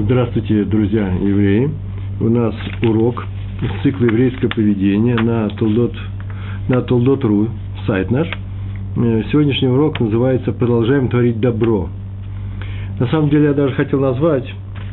Здравствуйте, друзья евреи. У нас урок из цикла «Еврейское поведение» на Толдот.ру, сайт наш. Сегодняшний урок называется «Продолжаем творить добро». На самом деле я даже хотел назвать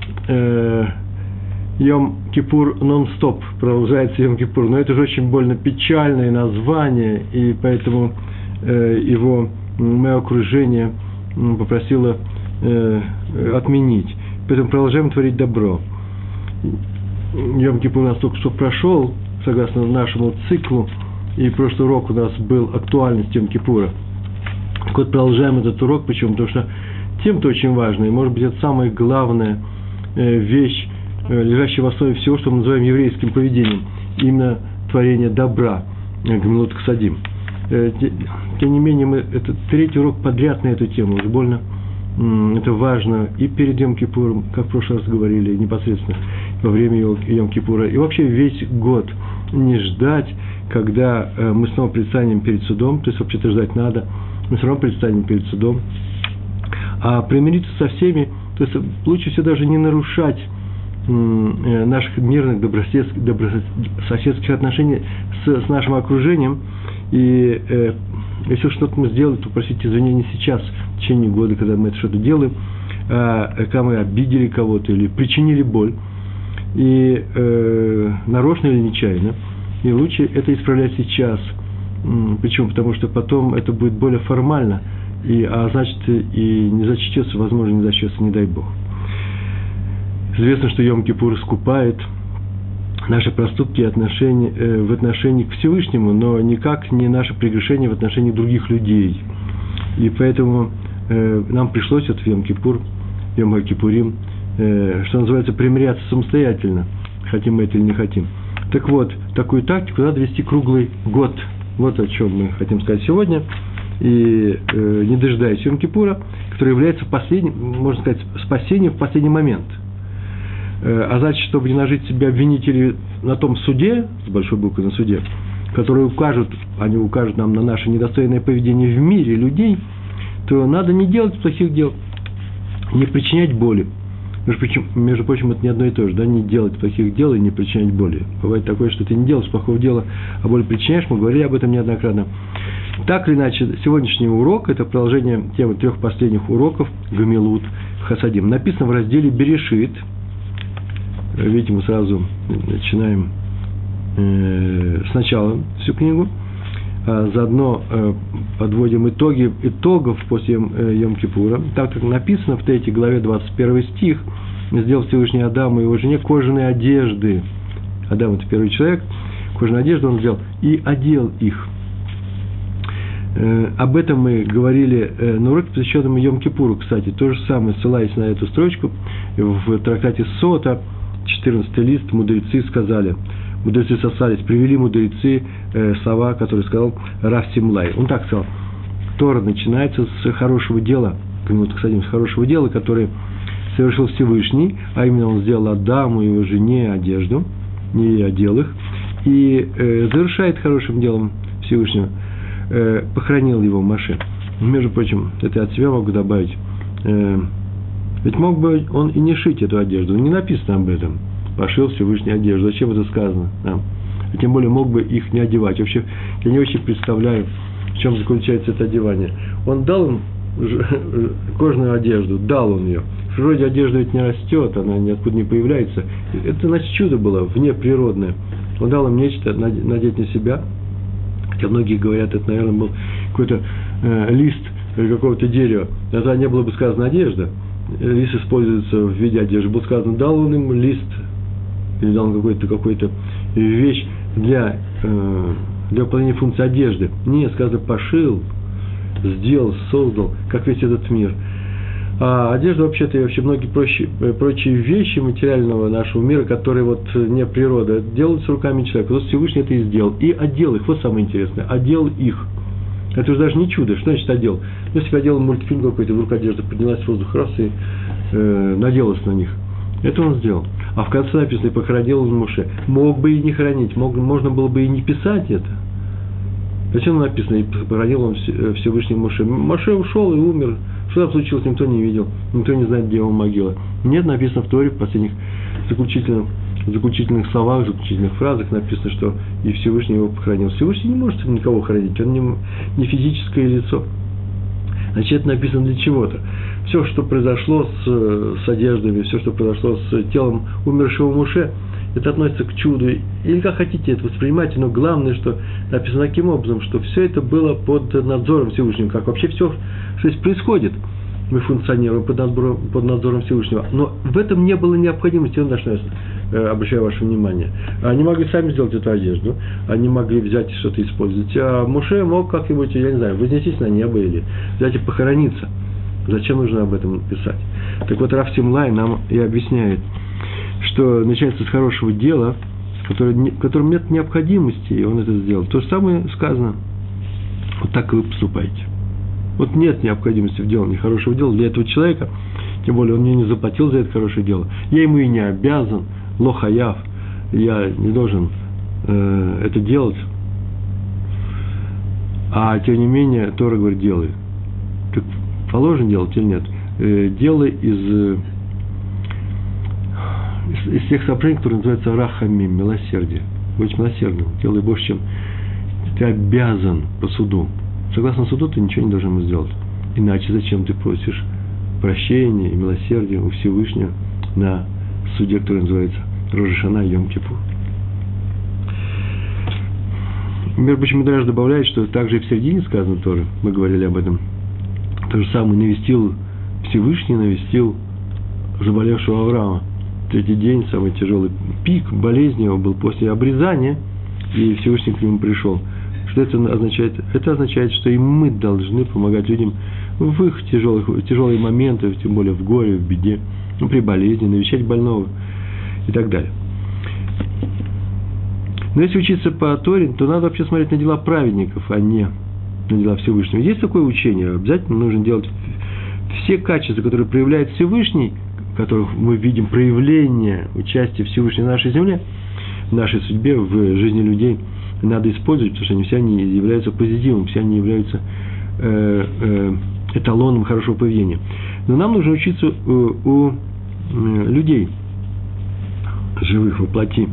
Йом-Кипур нон-стоп, продолжается Йом-Кипур, но это же очень больно печальное название, и поэтому его мое окружение попросило отменить. Поэтому продолжаем творить добро. Йом-Кипур у нас только что прошел, согласно нашему циклу, и прошлый урок у нас был актуальность Йом-Кипура. Так вот, продолжаем этот урок. Почему? Потому что тема-то очень важная, и, может быть, это самая главная вещь, лежащая в основе всего, что мы называем еврейским поведением, именно творение добра, гмилут хасадим. Тем не менее, это третий урок подряд на эту тему, уж больно это важно и перед Йом-Кипуром, как в прошлый раз говорили, непосредственно во время Йом-Кипура, и вообще весь год не ждать, когда мы снова предстанем перед судом, то есть вообще-то ждать надо, мы все равно предстанем перед судом, а примириться со всеми, то есть лучше всего даже не нарушать наших мирных добрососедских отношений с нашим окружением, и если что-то мы сделали, то просить извинения сейчас, в течение года, когда мы это что-то делаем, когда мы обидели кого-то или причинили боль, и нарочно или нечаянно, и лучше это исправлять сейчас. Почему? Потому что потом это будет более формально, а значит и не зачтется, возможно, не зачтется, не дай Бог. Известно, что Йом-Кипур искупает наши проступки в отношении к Всевышнему, но никак не наши прегрешения в отношении других людей. И поэтому нам пришлось в Йом-Кипур, Йом-Кипурим, что называется, примиряться самостоятельно, хотим мы это или не хотим. Так вот, такую тактику надо вести круглый год. Вот о чем мы хотим сказать сегодня. И не дожидаясь Йом-Кипура, который является последним, можно сказать, спасением в последний момент. А значит, чтобы не нажить себе обвинителей на том суде, с большой буквы на суде, которые они укажут нам на наше недостойное поведение в мире людей, то надо не делать плохих дел, не причинять боли. Между прочим, это не одно и то же, да, не делать плохих дел и не причинять боли. Бывает такое, что ты не делаешь плохого дела, а боль причиняешь, мы говорили об этом неоднократно. Так или иначе, сегодняшний урок – это продолжение темы 3 последних уроков Гамилут Хасадим. Написано в разделе Берешит. Видите, мы сразу начинаем сначала всю книгу, а заодно подводим итогов после Йом-Кипура. Так как написано в 3 главе 21 стих, сделал Всевышний Адаму и его жене кожаные одежды. Адам – это первый человек, кожаные одежды он сделал и одел их. Об этом мы говорили на уроке, посвященном Йом-Кипуру, кстати. То же самое, ссылаясь на эту строчку, в трактате Сота, 14 лист, мудрецы сказали, мудрецы сослались, привели мудрецы слова, которые сказал Рав Симлай. Он так сказал: Тора начинается с хорошего дела, с хорошего дела, которое совершил Всевышний, а именно он сделал Адаму и его жене одежду, и одел их, и завершает хорошим делом Всевышнего, похоронил его Моше. Между прочим, это я от себя могу добавить. Ведь мог бы он и не шить эту одежду, не написано об этом. Пошил Всевышний одежду. Зачем это сказано? Да. А тем более мог бы их не одевать. Вообще, я не очень представляю, в чем заключается это одевание. Он дал им кожаную одежду, дал он ее. В природе одежда ведь не растет, она ниоткуда не появляется. Это, значит, чудо было, внеприродное. Он дал им нечто надеть на себя. Хотя многие говорят, это, наверное, был какой-то лист какого-то дерева. Тогда не было бы сказано одежда. Лист используется в виде одежды. Было сказано, дал он им лист, или дал он какую-то вещь для выполнения функции одежды. Нет, сказано, пошил, сделал, создал, как весь этот мир. А одежда, вообще-то, и вообще многие прочие вещи материального нашего мира, которые вот не природа, делаются руками человека. Вот Всевышний это и сделал. И одел их. Вот самое интересное. Одел их. Это уже даже не чудо. Что значит одел? Ну, если бы одел мультфильм какой-то, вдруг одежда поднялась в воздух, раз и наделась на них. Это он сделал. А в конце написано, и похоронил он Моше. Мог бы и не хранить, можно было бы и не писать это. Зачем написано, и похоронил он Всевышний Моше? Моше ушел и умер Что там случилось, никто не видел, никто не знает, где его могила. Нет, написано в Торе, в последних заключительных словах, заключительных фразах написано, что и Всевышний его похоронил. Всевышний не может никого хоронить, он не физическое лицо. Значит, это написано для чего-то. Все, что произошло с одеждами, все, что произошло с телом умершего Моше, это относится к чуду. Или как хотите это воспринимайте, но главное, что написано таким образом, что все это было под надзором Всевышнего, как вообще все, что здесь происходит. Мы функционируем под надзором Всевышнего. Но в этом не было необходимости, на что я обращаю ваше внимание. Они могли сами сделать эту одежду, они могли взять и что-то использовать. А Моше мог как-нибудь, я не знаю, вознестись на небо или взять и похорониться. Зачем нужно об этом писать? Так вот, Рав Симлай нам и объясняет, что начинается с хорошего дела, в котором нет необходимости, и он это сделал. То же самое сказано. Вот так и вы поступаете. Вот нет необходимости в делании хорошего дела для этого человека, тем более он мне не заплатил за это хорошее дело. Я ему и не обязан, лохаяв, я не должен это делать. А тем не менее, Тора говорит, делай. Так положено делать или нет? Делай из тех соображений, которые называются рахамим, милосердие. Будь милосердным, делай больше, чем ты обязан по суду. Согласно суду, ты ничего не должен ему сделать. Иначе зачем ты просишь прощения и милосердия у Всевышнего на суде, который называется Рош ха-Шана и Йом-Кипур. Между прочим, Мидраш добавляет, что также и в середине сказано тоже, мы говорили об этом, то же самое Всевышний навестил заболевшего Авраама. Третий день, самый тяжелый пик болезни его был после обрезания, и Всевышний к нему пришел. Что это означает? Это означает, что и мы должны помогать людям в их тяжелые моменты, тем более в горе, в беде, при болезни, навещать больного и так далее. Но если учиться по Торе, то надо вообще смотреть на дела праведников, а не на дела Всевышнего. Есть такое учение, обязательно нужно делать все качества, которые проявляет Всевышний, в которых мы видим проявление участия Всевышнего в нашей земле, в нашей судьбе, в жизни людей, надо использовать, потому что они все они являются позитивом, все они являются эталоном хорошего поведения. Но нам нужно учиться у людей, живых воплоти,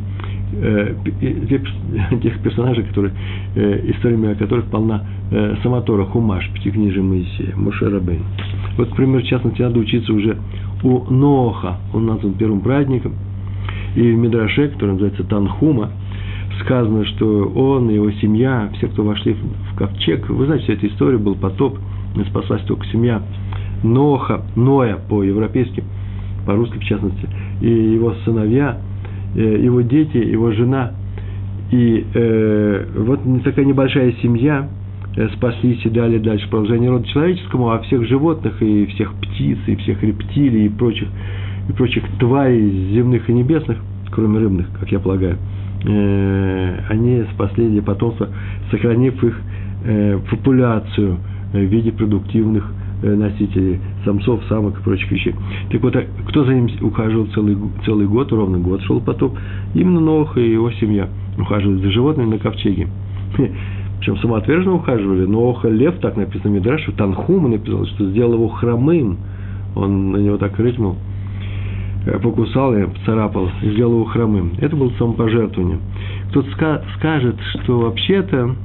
тех персонажей, историями которых полна сама Тора, Хумаш, Пятикнижие Моисея, Моше Рабейну. Вот, например, в частности, надо учиться уже у Ноаха, он назван первым праведником, и в Мидраше, который называется Танхума, сказано, что он и его семья, все, кто вошли в ковчег, вы знаете, вся эта история, был потоп, спаслась только семья Ноя по-европейски, по-русски в частности, и его сыновья, его дети, его жена, и вот такая небольшая семья спаслись и дали дальше продолжение рода человеческому, а всех животных, и всех птиц, и всех рептилий, и прочих тварей земных и небесных, кроме рыбных, как я полагаю, они спасли для потомства, сохранив их популяцию в виде продуктивных носителей, самцов, самок и прочих вещей. Так вот, кто за ним ухаживал целый год, ровно год шел потоп? Именно Ноах и его семья ухаживали за животными на ковчеге. Причем самоотверженно ухаживали. Ноаха лев, так написано в Мидраше, в Танхуме написал, что сделал его хромым. Он на него так рыкнул, покусал и поцарапал, и сделал его хромым. Это было самопожертвование. Кто-то скажет, что вообще-то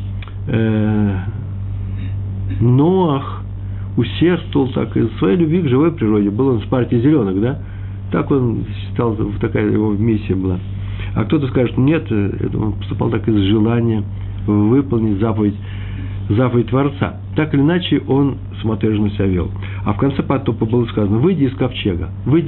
Ноах усердствовал так из своей любви к живой природе. Был он с партией зеленых, да? Так он считал, такая его миссия была. А кто-то скажет, нет, это он поступал так из желания выполнить заповедь Творца. Так или иначе, он самоотверженно себя вел. А в конце потопа было сказано, выйди из ковчега,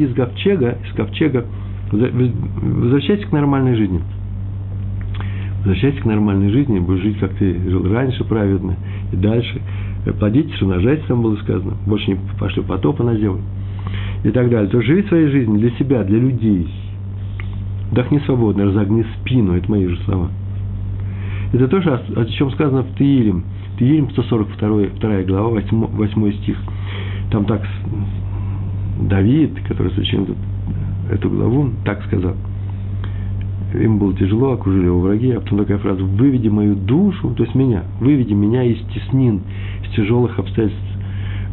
возвращайся к нормальной жизни. Возвращайся к нормальной жизни, будешь жить, как ты жил раньше, праведно, и дальше. Плодитесь, размножайтесь, там было сказано. Больше не пошлю потопа на землю. И так далее. То живи своей жизнью для себя, для людей. Вдохни свободно, разогни спину. Это мои же слова. Это тоже, о чем сказано в Теилим. Теилим, 142 глава, 8 стих. Там так Давид, который сочинил эту главу, так сказал. Им было тяжело, окружили его враги, а потом такая фраза: «Выведи мою душу», то есть меня, «выведи меня из теснин, из тяжелых обстоятельств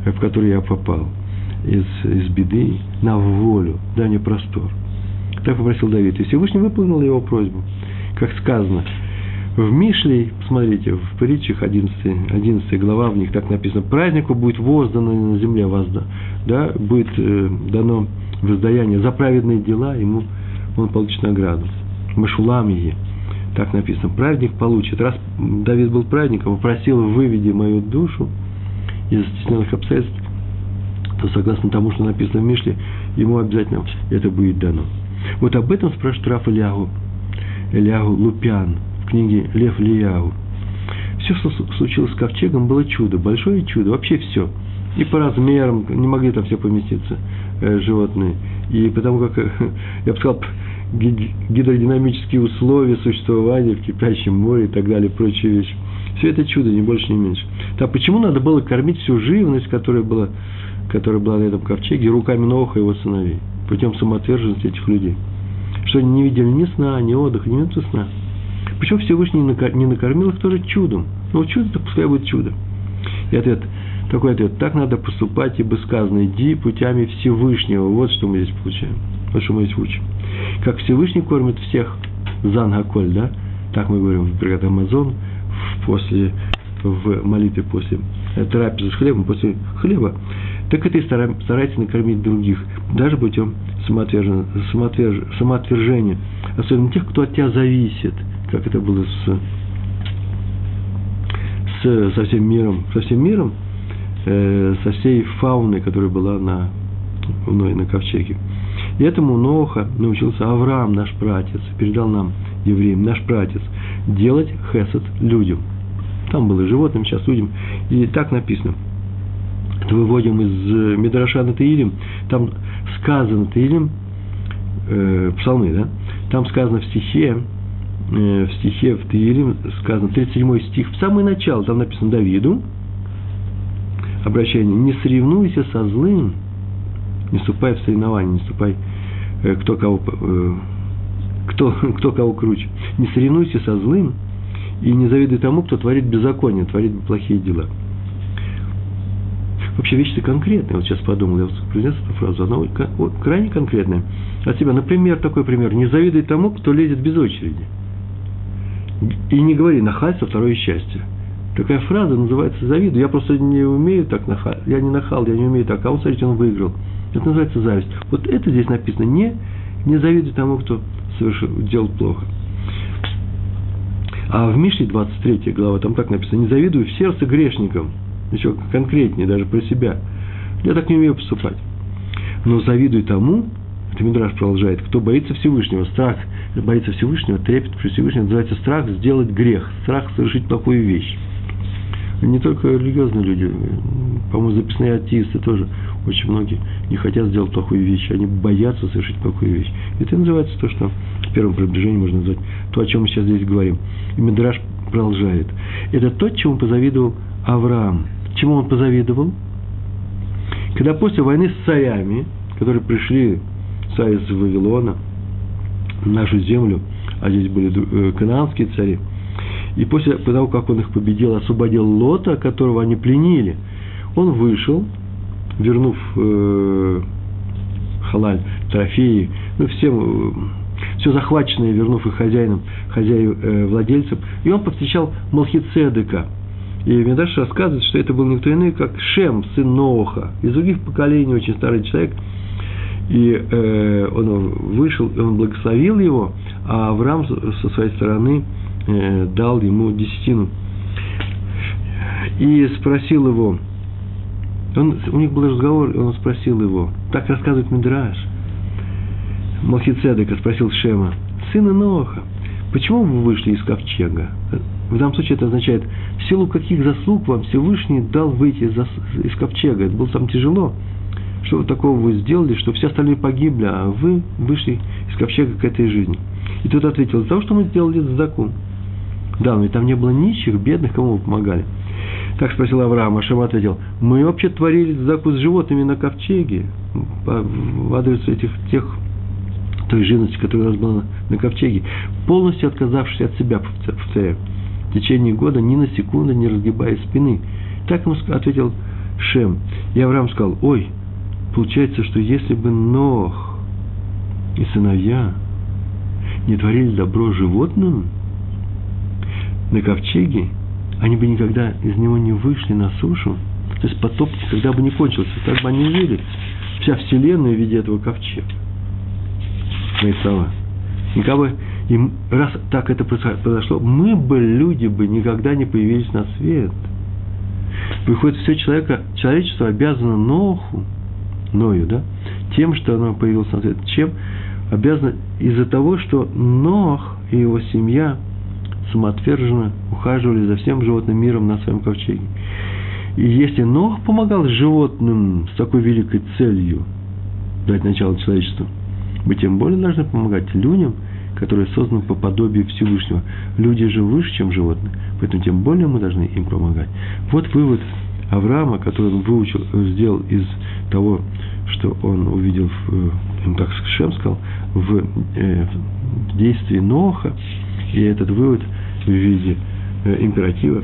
в который я попал, из беды на волю, дай мне простор. Так попросил Давид. И Всевышний выполнил его просьбу. Как сказано, в Мишле, посмотрите, в притчах 11 глава, в них так написано: празднику будет воздано на земле да, будет дано воздаяние за праведные дела, ему он получит награду. Машулам ей, так написано, праздник получит. Раз Давид был праведником, попросил: выведи мою душу из стесненных обстоятельств, то согласно тому, что написано в Мишле, ему обязательно это будет дано. Вот об этом спрашивает Рав Элиягу Лупян в книге «Лев Элиягу». Все, что случилось с ковчегом, было чудо, большое чудо, вообще все. И по размерам, не могли там все поместиться животные, и потому как, я бы сказал, гидродинамические условия существования в кипящем море и так далее, прочие вещи. Все это чудо, ни больше, ни меньше. Так почему надо было кормить всю живность, которая была на этом ковчеге, руками Ноаха и его сыновей, путем самоотверженности этих людей? Что они не видели ни сна, ни отдыха, ни минуты сна. Почему Всевышний не накормил их тоже чудом? Ну, чудо-то пускай будет чудо. И такой ответ: так надо поступать, ибо сказано: иди путями Всевышнего. Вот что мы здесь получаем. Вот что мы здесь учим. Как Всевышний кормит всех Зан-Гаколь, да? Так мы говорим в Биркат Амазон, в молитве после трапезы с хлебом, после хлеба. Так это и старайтесь накормить других, даже путем самоотвержения. Особенно тех, кто от тебя зависит, как это было со всем миром, со всей фауной, которая была на ковчеге. И этому Ноаха научился Авраам, наш праотец, передал нам, евреям, наш праотец, делать хесед людям. Там было животным, сейчас людям. И так написано. Это выводим из Мидраша на Теилим. Там сказано Теилим, псалмы, да? Там сказано в стихе в Теилим, сказано 37 стих, в самое начало, там написано Давиду, обращение: не соревнуйся со злым, не вступай в соревнования, не вступай, кто кого круче. Не соревнуйся со злым и не завидуй тому, кто творит беззаконие, творит плохие дела. Вообще вещь-то конкретная. Вот сейчас подумал, я произнес эту фразу, она крайне конкретная. От себя, например, такой пример: не завидуй тому, кто лезет без очереди. И не говори: нахальство, второе счастье. Такая фраза называется завидую. Я просто не умею так нахал. Я не нахал, я не умею так. А вот, смотрите, он выиграл. Это называется зависть. Вот это здесь написано: не завидуй тому, кто делал плохо. А в Мишле 23 глава, там так написано: не завидуй в сердце грешникам. Еще конкретнее, даже про себя. Я так не умею поступать. Но завидуй тому, это Мидраш продолжает, кто боится Всевышнего. Страх боится Всевышнего, трепет при Всевышнем, называется страх сделать грех, страх совершить плохую вещь. Не только религиозные люди, по-моему, записные атеисты тоже, очень многие не хотят сделать плохую вещь, они боятся совершить плохую вещь. Это и называется то, что в первом приближении можно назвать, то, о чем мы сейчас здесь говорим. И Мидраш продолжает. Это то, чему позавидовал Авраам. Чему он позавидовал? Когда после войны с царями, которые пришли из Вавилона в нашу землю, а здесь были канаанские цари, и после того, как он их победил, освободил Лота, которого они пленили, он вышел, вернув халаль, трофеи, все захваченное, вернув их владельцам, и он повстречал Малхицедека. И Мидраш рассказывает, что это был никто иной, как Шем, сын Ноаха, из других поколений, очень старый человек. И он вышел, и он благословил его, а Авраам со своей стороны дал ему десятину. И спросил его, у них был разговор, и он спросил его, так рассказывает Мидраш, Малхицедека спросил Шема: сына Ноаха, почему вы вышли из ковчега? В данном случае это означает, в силу каких заслуг вам Всевышний дал выйти из ковчега. Это было там тяжело. Что вы такого вы сделали, что все остальные погибли, а вы вышли из ковчега к этой жизни? И тот ответил: из-за того, что мы сделали цдаку. Да, но и там не было нищих, бедных, кому вы помогали. Так спросил Авраам, а Шем ответил: мы вообще творили цдаку с животными на ковчеге, в адрес той живности, которая у нас была на ковчеге, полностью отказавшись от себя, повторяю, в течение года ни на секунду не разгибая спины. Так ему ответил Шем. И Авраам сказал: ой, получается, что если бы Нох и сыновья не творили добро животным на ковчеге, они бы никогда из него не вышли на сушу. То есть потоп никогда бы не кончился. Так бы они жили. Вся вселенная в виде этого ковчега. Мои слова. И раз так это произошло, мы бы, люди бы, никогда не появились на свет. Выходит, все человечество обязано Ною, да, тем, что оно появилось на свет. Чем обязано? Из-за того, что Нох и его семья самоотверженно ухаживали за всем животным миром на своем ковчеге. И если Нох помогал животным с такой великой целью дать начало человечеству, мы тем более должны помогать людям, которые созданы по подобию Всевышнего. Люди же выше, чем животные, поэтому тем более мы должны им помогать. Вот вывод Авраама, который он сделал из того, что он увидел, так Шем сказал, в действии Ноха, и этот вывод в виде императива: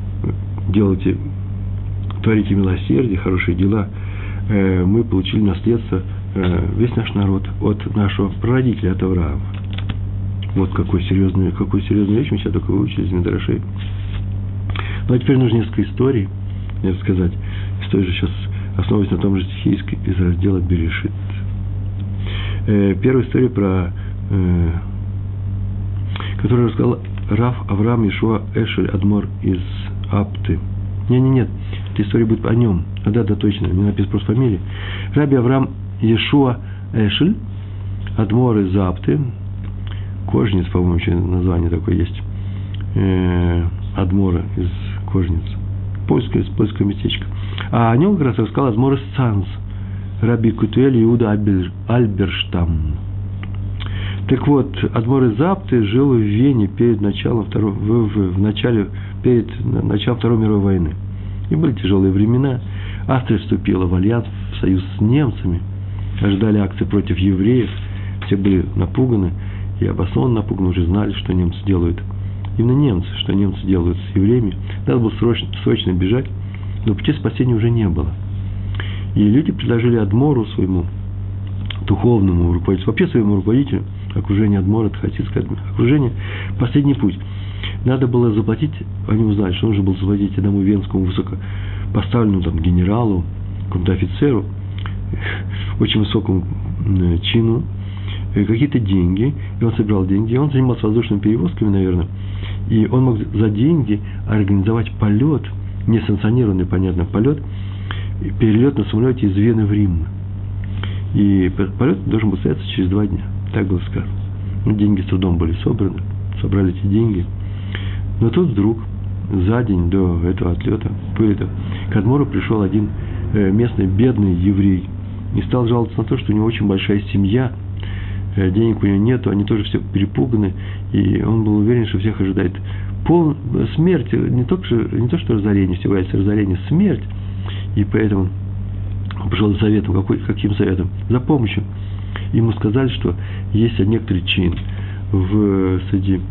творите милосердие, хорошие дела, мы получили наследство, весь наш народ, от нашего прародителя, от Авраама. Вот какую серьезную вещь мы сейчас только выучили из Мидрашей. Ну, а теперь нужно несколько историй, надо сказать. История же сейчас основывается на том же стихе из раздела Берешит. Первая история, которую рассказал Рав Авраам Ешуа Эшель Адмор из Апты. Нет, эта история будет о нем. Да, точно, не написано просто фамилия. Раби Авраам Ешуа Эшель Адмор из Апты. Кожниц, по-моему, еще название такое есть. Адмора из Кожниц. Польское местечко. А о нем как раз рассказал Адмор из Цанц. Раби Кутуэль Иуда Альберштам. Так вот, Адмор из Апты жил в Вене перед началом Второй мировой войны. И были тяжелые времена. Австрия вступила в альянс, в союз с немцами. Ожидали акции против евреев. Все были напуганы. И обоснованно напуганы, уже знали, что немцы делают. Именно немцы, что немцы делают с евреями. Надо было срочно бежать, но пути спасения уже не было. И люди предложили Адмору, своему духовному руководителю, вообще своему руководителю, окружение Адмора, это хотите сказать, окружение, последний путь. Надо было заплатить, они узнали, что нужно было заплатить одному венскому высокопоставленному генералу, какому-то офицеру, очень высокому чину, какие-то деньги, и он собирал деньги, и он занимался воздушными перевозками, наверное, и он мог за деньги организовать полет, несанкционированный, понятно, полет, перелет на самолете из Вены в Рим. И полет должен был состояться через 2 дня, так было сказано. Деньги с трудом были собрали эти деньги. Но тут вдруг, за день до этого отлета, к Адмору пришел один местный бедный еврей и стал жаловаться на то, что у него очень большая семья, денег у него нету, они тоже все перепуганы, и он был уверен, что всех ожидает смерть, не то что разорение, всего есть разорение, смерть, и поэтому он пришел за советом. Каким советом? За помощью. Ему сказали, что есть некоторый чин среди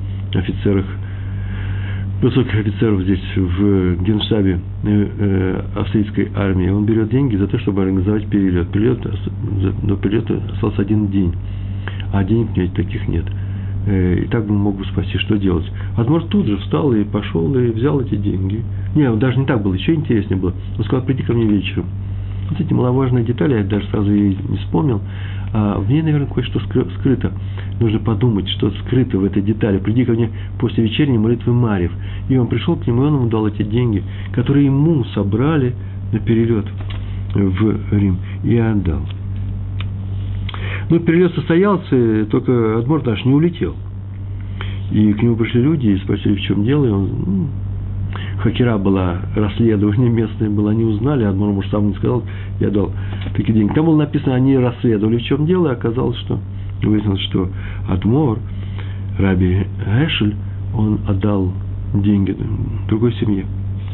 высоких офицеров здесь, в генштабе австрийской армии. Он берет деньги за то, чтобы организовать перелет. До перелета остался 1 день, а денег у него таких нет. И так бы мог бы спасти. Что делать? Адмор тут же встал и пошел, и взял эти деньги. Даже не так было, еще интереснее было. Он сказал: приди ко мне вечером. Вот эти маловажные детали, я даже сразу и не вспомнил. А в ней, наверное, кое-что скрыто. Нужно подумать, что скрыто в этой детали. Приди ко мне после вечерней молитвы Марьев. И он пришел к нему, и он ему дал эти деньги, которые ему собрали на перелет в Рим, и отдал. Перелет состоялся, только Адмор наш не улетел. И к нему пришли люди и спросили, в чем дело. И он, хакера была, расследование местное было, они узнали, Адмор, может, сам не сказал, я дал такие деньги. Там было написано, они расследовали, в чем дело, и оказалось, что выяснилось, что Адмор, Раби Эшель, он отдал деньги другой семье.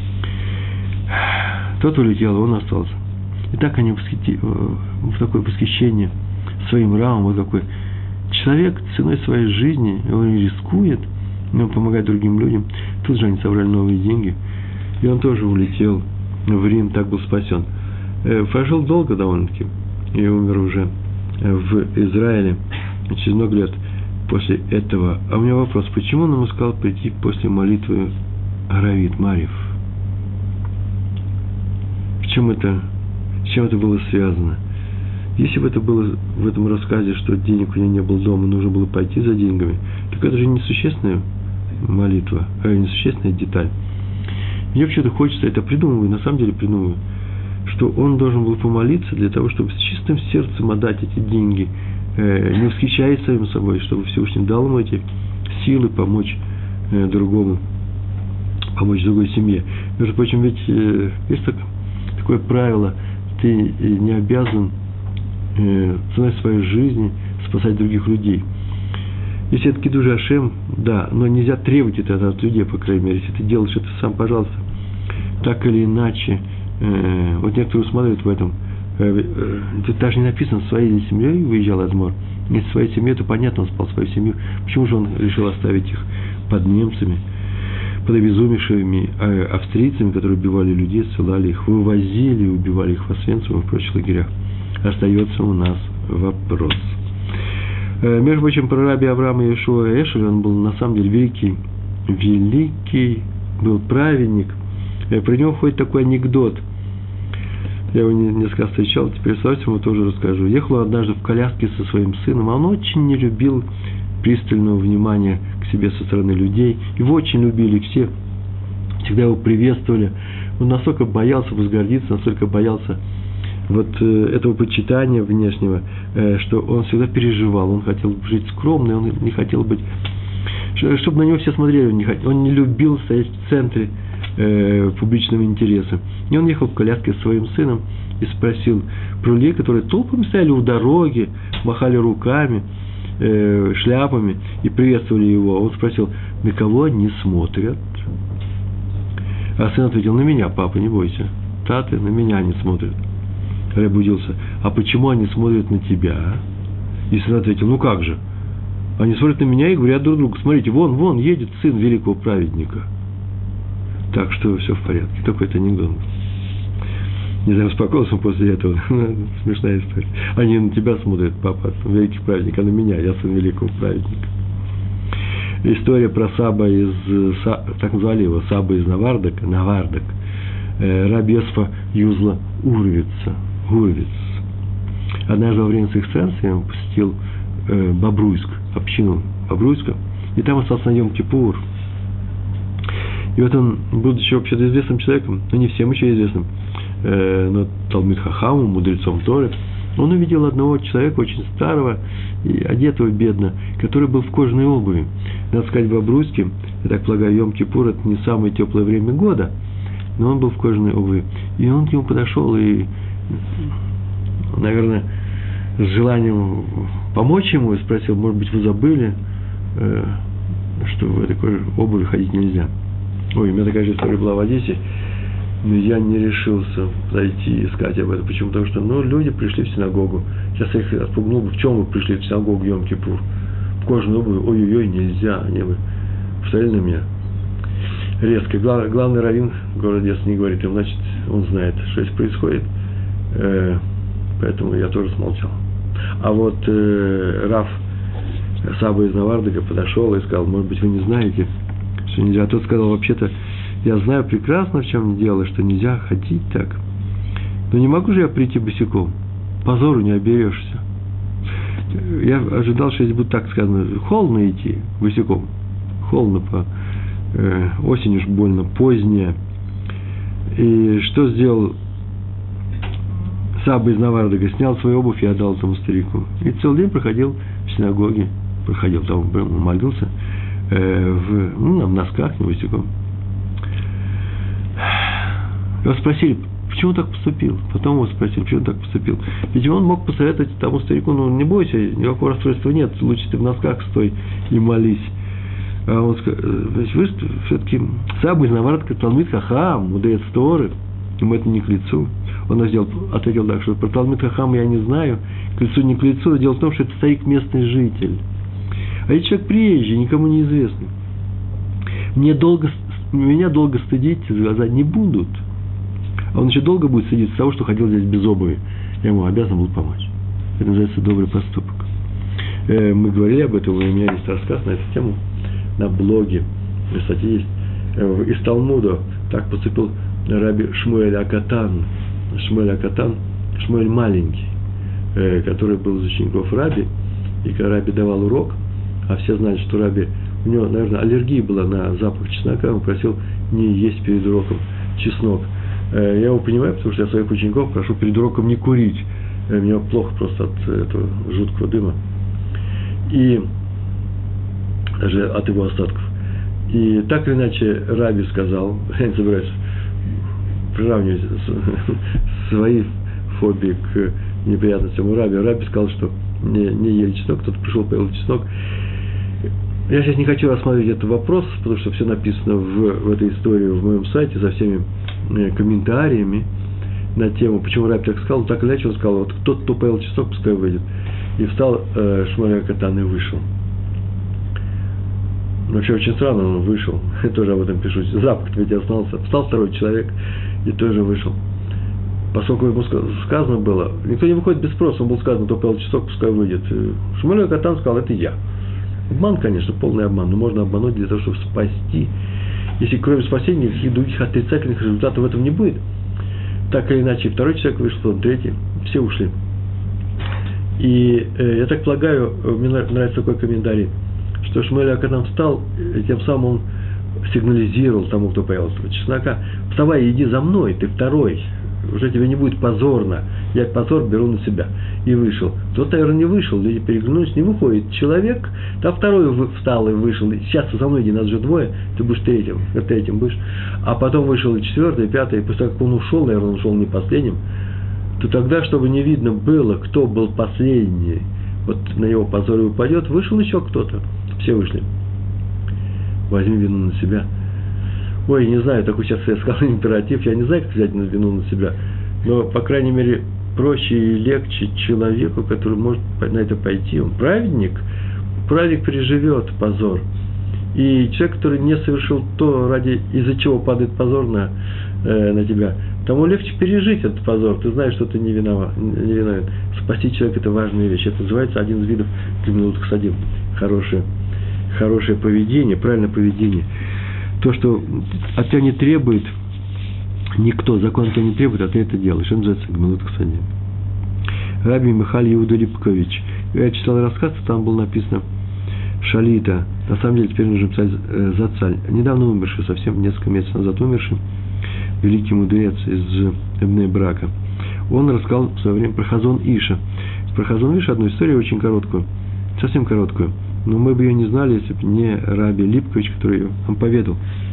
Тот улетел, он остался. И так они в такое восхищение своим равом, вот какой человек ценой своей жизни, он рискует, но помогает другим людям. Тут же они собрали новые деньги, и он тоже улетел в Рим, так был спасен. Прожил долго довольно-таки и умер уже в Израиле через много лет после этого. А у меня вопрос, почему он ему сказал прийти после молитвы Аравит, Марьев? С чем это было связано? Если бы это было в этом рассказе, что денег у него не было дома, нужно было пойти за деньгами, так это же несущественная молитва, несущественная деталь. Мне вообще-то хочется, это придумываю, на самом деле придумываю, что он должен был помолиться для того, чтобы с чистым сердцем отдать эти деньги, не восхищаясь самим собой, чтобы Всевышний дал ему эти силы помочь другому, помочь другой семье. Между прочим, ведь есть такое правило, ты не обязан ценой своей жизни спасать других людей. Если это кидуш Ашем, да, но нельзя требовать это от людей, по крайней мере. Если ты делаешь это сам, пожалуйста, так или иначе. Вот некоторые усматривают в этом. Тут даже не написано, своей семьей выезжал Адмор. Если своей семьей, то понятно, он спал свою семью. Почему же он решил оставить их под немцами, под обезумевшими австрийцами, которые убивали людей, ссылали их, вывозили, убивали их в Освенцим и в прочих лагерях? Остается у нас вопрос. Между прочим, про раби Авраама Иешуа Эшель, он был на самом деле великий, был праведник. Про него ходит такой анекдот. Я его несколько раз встречал, теперь с удовольствием тоже расскажу. Ехал он однажды в коляске со своим сыном, а он очень не любил пристального внимания к себе со стороны людей. Его очень любили все, всегда его приветствовали. Он настолько боялся возгордиться, настолько боялся вот этого почитания внешнего, что он всегда переживал. Он хотел жить скромно, он не хотел быть, чтобы на него все смотрели, он не любил стоять в центре публичного интереса. И он ехал в коляске с своим сыном и спросил про людей, которые толпами стояли у дороги, махали руками, шляпами и приветствовали его. Он спросил, на кого они смотрят? А сын ответил, на меня, папа, не бойся. Таты, на меня они смотрят. Рэб удивился, а почему они смотрят на тебя? И сын ответил, ну как же? Они смотрят на меня и говорят друг другу, смотрите, вон едет сын великого праведника. Так что все в порядке. Такой-то анекдот. Не знаю, успокоился он после этого. Смешная история. Они на тебя смотрят, папа, великий праведник, а на меня, я сын великого праведника. История про Саба из, так назвали его, Саба из Навардок, раби Йосифа Юзла Гурвиц. Однажды во время своих странствий он посетил Бобруйск, общину Бобруйска, и там остался на Йом-Кипур. И вот он, будучи вообще-то известным человеком, но не всем еще известным, но Талмид Хахамом, мудрецом Торы, он увидел одного человека, очень старого и одетого бедно, который был в кожаной обуви. Надо сказать, в Бобруйске, я так полагаю, Йом-Кипур – это не самое теплое время года, но он был в кожаной обуви. И он к нему подошел и, наверное, с желанием помочь ему, и спросил, может быть, вы забыли, что в такой обуви ходить нельзя. Ой, у меня такая же история была в Одессе, но я не решился зайти и искать об этом. Почему? Потому что, люди пришли в синагогу. Сейчас я их отпугнул бы, в чем вы пришли в синагогу Йом-Кипур? В кожаной обуви, ой-ой-ой, нельзя. Они бы посмотрели на меня резко. Главный раввин города Одессы не говорит им, значит, он знает, что здесь происходит. Поэтому я тоже смолчал. А вот Рав Саба из Навардока подошел и сказал, может быть, вы не знаете, что нельзя. А тот сказал, вообще-то, я знаю прекрасно, в чем дело, что нельзя ходить так. Но не могу же я прийти босиком. Позору не оберешься. Я ожидал, что здесь будет так сказано, холодно идти босиком. Холодно, осень уж больно поздняя. И что сделал Саба из Навардока? Снял свою обувь и отдал этому старику. И целый день проходил в синагоге. Там молился в носках, не босиком. Его спросили, почему он так поступил? Потом его спросили, почему он так поступил. Ведь он мог посоветовать тому старику, не бойся, никакого расстройства нет, лучше ты в носках стой и молись. А он сказал, вы все-таки Саба из Навардока, Талмид Хахам, мудрец Торы, ему это не к лицу. Он ответил так, что про Талмид Хахам я не знаю, к лицу не к лицу, но дело в том, что это старик местный житель. А это человек приезжий, никому не известный. Меня долго стыдить за глаза не будут. а он еще долго будет стыдиться того, что ходил здесь без обуви. Я ему обязан был помочь. Это называется добрый поступок. Мы говорили об этом, у меня есть рассказ на эту тему на блоге. Кстати, есть из Талмуда. Так поступил раби Шмуэль Акатан. Шмуэль маленький, который был из учеников раби. И когда раби давал урок, а все знали, что раби, у него, наверное, аллергия была на запах чеснока, он просил не есть перед уроком чеснок. Я его понимаю, потому что я своих учеников прошу перед уроком не курить. Мне плохо просто от этого жуткого дыма. И даже от его остатков. И так или иначе раби сказал, я не собираюсь приравнивать свои фобии к неприятностям у раби. Раби сказал, что не ели чеснок, кто-то пришел, поел чеснок. Я сейчас не хочу рассматривать этот вопрос, потому что все написано в этой истории в моем сайте со всеми комментариями на тему, почему раби так сказал. Так или иначе он сказал, вот тот, кто поел чеснок, пускай выйдет. И встал Шмуэль Акатан и вышел. Вообще очень странно, он вышел. Я тоже об этом пишу. Запах ведь остался. Встал второй человек и тоже вышел. Поскольку ему сказано было, никто не выходит без спроса, он был сказано, кто поел чеснок, пускай выйдет. Шмуэль Акатан сказал, это я. Обман, конечно, полный обман, но можно обмануть для того, чтобы спасти. Если кроме спасения никаких других отрицательных результатов в этом не будет, так или иначе, второй человек вышел, третий, все ушли. И я так полагаю, мне нравится такой комментарий, что Шмуэль Акатан встал, и тем самым он сигнализировал тому, кто поел этого чеснока: вставай, иди за мной, ты второй, уже тебе не будет позорно, я позор беру на себя. И вышел. Тот, наверное, не вышел, люди переглянулись, не выходит человек, там второй встал и вышел, сейчас за мной иди, нас же двое, ты будешь третьим будешь. А потом вышел и четвертый, и пятый, и после того, как он ушел, наверное, он ушел не последним, то тогда, чтобы не видно было, кто был последний, вот на его позоре упадет, вышел еще кто-то. Все вышли. Возьми вину на себя. Ой, не знаю, такой сейчас я сказал императив, я не знаю, как взять вину на себя, но, по крайней мере, проще и легче человеку, который может на это пойти. Он праведник переживет позор. И человек, который не совершил то, из-за чего падает позор на тебя, тому легче пережить этот позор. Ты знаешь, что ты не виновен. Спасти человека – это важная вещь. Это называется один из видов гемилут хасадим. Хорошее поведение, правильное поведение. То, что от тебя не требует никто, закон тебя не требует, а ты это делаешь. Это называется гемилут хасадим. Раби Михаил Иуда Липкович. Я читал рассказ, там было написано Шалита. На самом деле, теперь нужно писать Зацаль. Недавно умерший, совсем несколько месяцев назад умерший, великий мудрец из Бней Брака. Он рассказал в свое время про Хазон Иша. Про Хазон Иша одну историю очень короткую, совсем короткую. Но мы бы ее не знали, если бы не Раби Липкович, который ее нам поведал.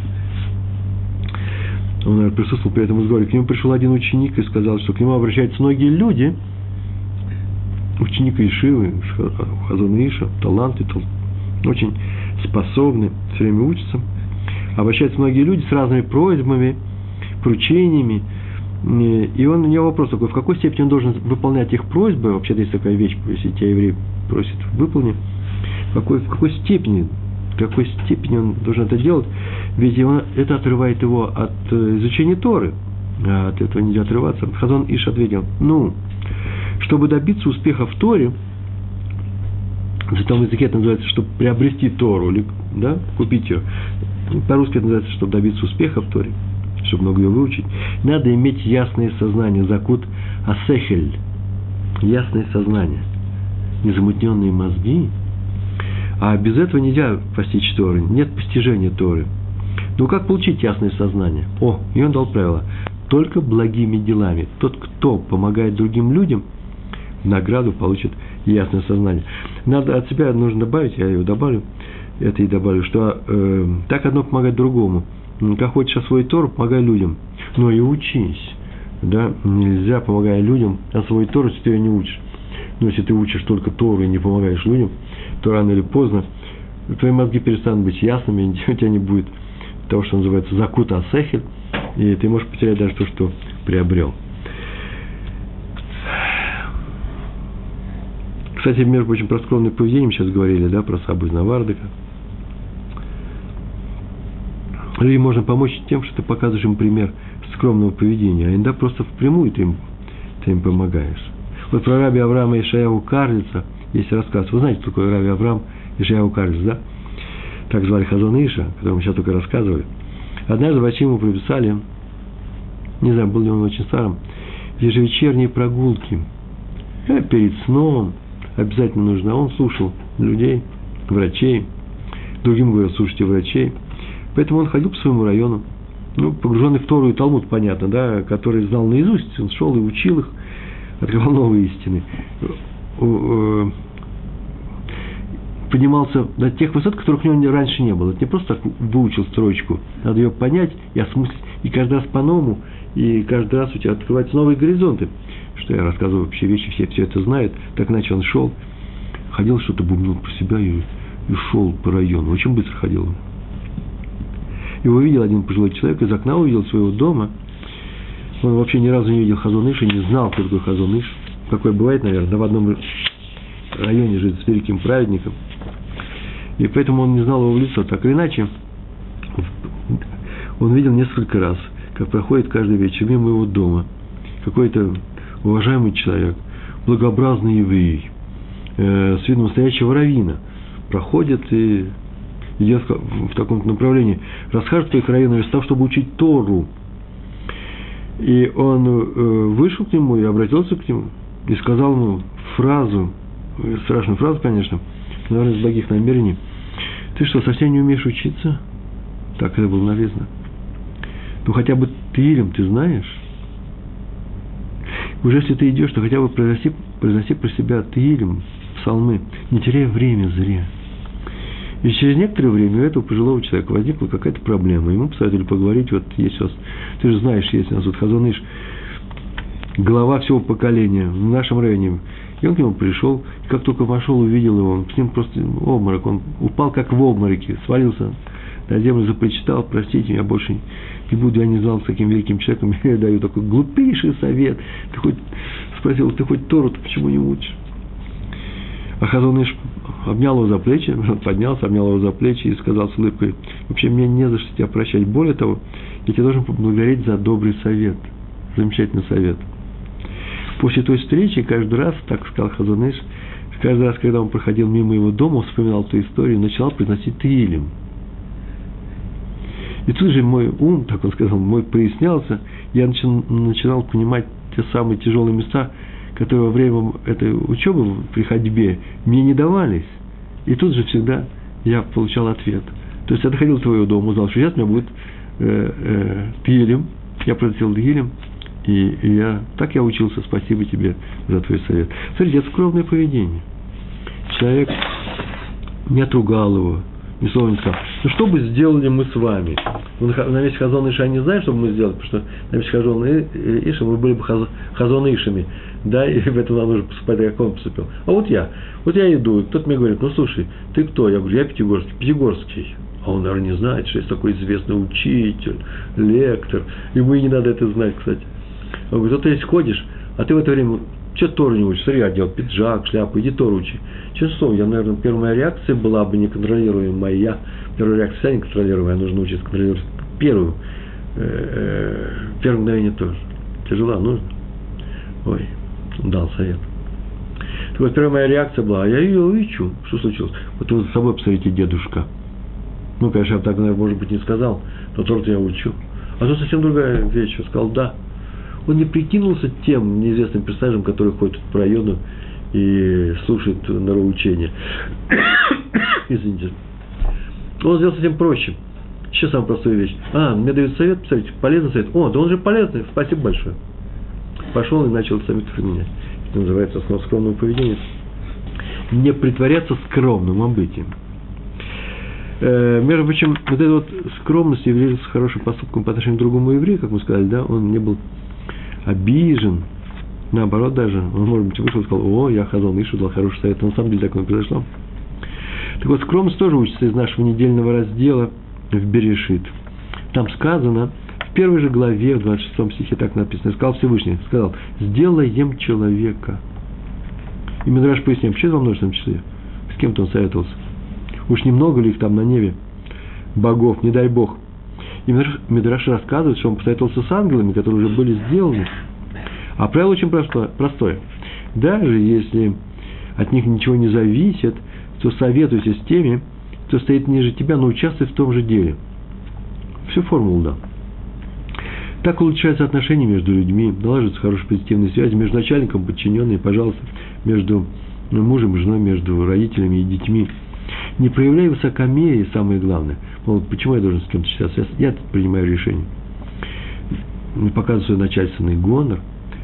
Он, наверное, присутствовал при этом разговоре. К нему пришел один ученик и сказал, что к нему обращаются многие люди, ученик Ишивы, Хазон Иша, таланты, очень способны, все время учатся. Обращаются многие люди с разными просьбами, поручениями. И у него вопрос такой: в какой степени он должен выполнять их просьбы? Вообще-то есть такая вещь, если тебя еврей просит, выполни. В какой степени он должен это делать? Ведь это отрывает его от изучения Торы. А от этого нельзя отрываться. Хазон Иш ответил: чтобы добиться успеха в Торе, на святом языке это называется, чтобы приобрести Тору, да, купить ее. По-русски это называется, чтобы добиться успеха в Торе, чтобы много ее выучить, надо иметь ясное сознание, закут асехель, ясное сознание, незамутненные мозги. А без этого нельзя постичь Торы, нет постижения Торы. Ну, как получить ясное сознание? И он дал правило: только благими делами. Тот, кто помогает другим людям, награду получит ясное сознание. Надо от себя нужно добавить, я ее добавлю, это и добавлю, что так одно помогает другому. Как хочешь освоить Тору, помогай людям, но и учись. Да? Нельзя, помогая людям, освоить Тору, если ты ее не учишь. Но если ты учишь только Тору и не помогаешь людям, то рано или поздно твои мозги перестанут быть ясными, и у тебя не будет того, что называется закута асехель, и ты можешь потерять даже то, что приобрел. Кстати, между прочим, про скромное поведение мы сейчас говорили, да, про Сабу из Навардыка. Людям можно помочь тем, что ты показываешь им пример скромного поведения, а иногда просто впрямую ты им помогаешь. Вот про раби Авраама Ишаяху Карлица есть рассказ. Вы знаете, кто такой раби Авраам Ишаяху Карлиц, да? Так звали Хазон Иша, о котором мы сейчас только рассказывали. Однажды врачи ему прописали, не знаю, был ли он очень старым, ежевечерние прогулки. Перед сном обязательно нужно. А он слушал людей, врачей. Другим говорил, слушайте врачей. Поэтому он ходил по своему району, погруженный в Тору и Талмуд, понятно, да, который знал наизусть. Он шел и учил их, открывал новые истины. Поднимался до тех высот, которых у него раньше не было. Это не просто так выучил строчку, надо ее понять и осмыслить, и каждый раз по-новому, и каждый раз у тебя открываются новые горизонты. Что я рассказываю вообще вещи, все это знают. Так иначе он шел, ходил, что-то бубнил про себя и шел по району. Очень быстро ходил. Его видел один пожилой человек, из окна увидел своего дома. Он вообще ни разу не видел Хазон Иша, не знал, кто такой Хазон Иш. Какой бывает, наверное, да, в одном районе жит с великим праведником. И поэтому он не знал его в лицо. Так или иначе, он видел несколько раз, как проходит каждый вечер мимо его дома какой-то уважаемый человек, благообразный еврей, с видом настоящего раввина, проходит и идет в таком направлении, расхаживает по их району вместо того, чтобы учить Тору. И он вышел к нему и обратился к нему и сказал ему фразу, страшную фразу, конечно, наверное, из благих намерений: ты что, совсем не умеешь учиться? Так это было написано. Ну, хотя бы Тилем ты знаешь? Уже если ты идешь, то хотя бы произноси про себя Тилем, псалмы, не теряя время зря. И через некоторое время у этого пожилого человека возникла какая-то проблема. Ему посоветовали поговорить, вот есть у вас, ты же знаешь, есть у нас вот Хазон Иш, глава всего поколения в нашем районе. И он к нему пришел, и как только вошел, увидел его, он с ним просто обморок, он упал как в обмороке, свалился на землю, запричитал: простите, я больше не буду, я не знал, с таким великим человеком, я даю такой глупейший совет. Спросил, ты хоть Тору-то почему не учишь? А Хазон Иш обнял его за плечи, он поднялся, обнял его за плечи и сказал с улыбкой: вообще, мне не за что тебя прощать. Более того, я тебя должен поблагодарить за добрый совет, замечательный совет. После той встречи, каждый раз, так сказал Хазон Иш, каждый раз, когда он проходил мимо его дома, он вспоминал эту историю и начинал произносить Тилим. И тут же мой ум, так он сказал, мой прояснялся, я начинал понимать те самые тяжелые места, которые во время этой учебы при ходьбе мне не давались. И тут же всегда я получал ответ. То есть я доходил до твоего дома, узнал, что сейчас у меня будет Тилим, я произносил Тилим, и я учился, спасибо тебе за твой совет. Смотрите, это скромное поведение. Человек не отругал его, ни слова не сказал. Ну, что бы сделали мы с вами? На месте Хазон Иша не знаю, что бы мы сделали, потому что на месте Хазон Иша мы были бы Хазон Ишами. Да, и в этом нам нужно поступать, как он поступил. А вот я иду, и кто-то мне говорит: ну, слушай, ты кто? Я говорю: я Пятигорский. А он, наверное, не знает, что есть такой известный учитель, лектор. Ему и не надо это знать, кстати. Он говорит: вот ты здесь ходишь, а ты в это время что Тору не учишь? Смотри, одел пиджак, шляпу, иди Тору учи. Честно слово, наверное, первая моя реакция была бы неконтролируемая. Первая реакция вся неконтролируемая, нужно учиться контролировать первое мгновение тоже. Тяжело, нужно. Ой, дал совет. Так вот, первая моя реакция была: я ее учу. Что случилось? Вот вы за собой посмотрите, дедушка. Ну, конечно, я бы так, наверное, может быть, не сказал, но Тору-то я учу. А тут совсем другая вещь. Он сказал: да. Он не прикинулся тем неизвестным персонажем, который ходит по району и слушает нравоучения. Извините. Он сделал совсем проще. Еще самая простая вещь. Мне дают совет, представьте, полезный совет. Да он же полезный, спасибо большое. Пошел и начал совет применять. Это называется основа скромного поведения. Не притворяться скромным, а быть им. Между прочим, вот эта вот скромность является хорошим поступком по отношению к другому еврею, как мы сказали, да, он не был обижен, наоборот даже, он, может быть, вышел и сказал: я Хазон Иш, дал хороший совет, но на самом деле такое не произошло. Так вот, скромность тоже учится из нашего недельного раздела в Берешит. Там сказано, в первой же главе, в 26 стихе так написано: сказал Всевышний, сказал: сделаем человека. И Мидраш поясняет, почему это во множественном числе? С кем-то он советовался. Уж немного ли их там на небе, богов, не дай Бог. И Мидраш рассказывает, что он посоветовался с ангелами, которые уже были сделаны. А правило очень простое. Даже если от них ничего не зависит, то советуйся с теми, кто стоит ниже тебя, но участвуй в том же деле. Всю формулу дал. Так улучшаются отношения между людьми, налаживаются хорошие позитивные связи между начальником и подчиненным, пожалуйста, между мужем и женой, между родителями и детьми. Не проявляй высокомерие, самое главное. Мол, почему я должен с кем-то считаться? Я принимаю решение. Не показывай свой начальственный гонор.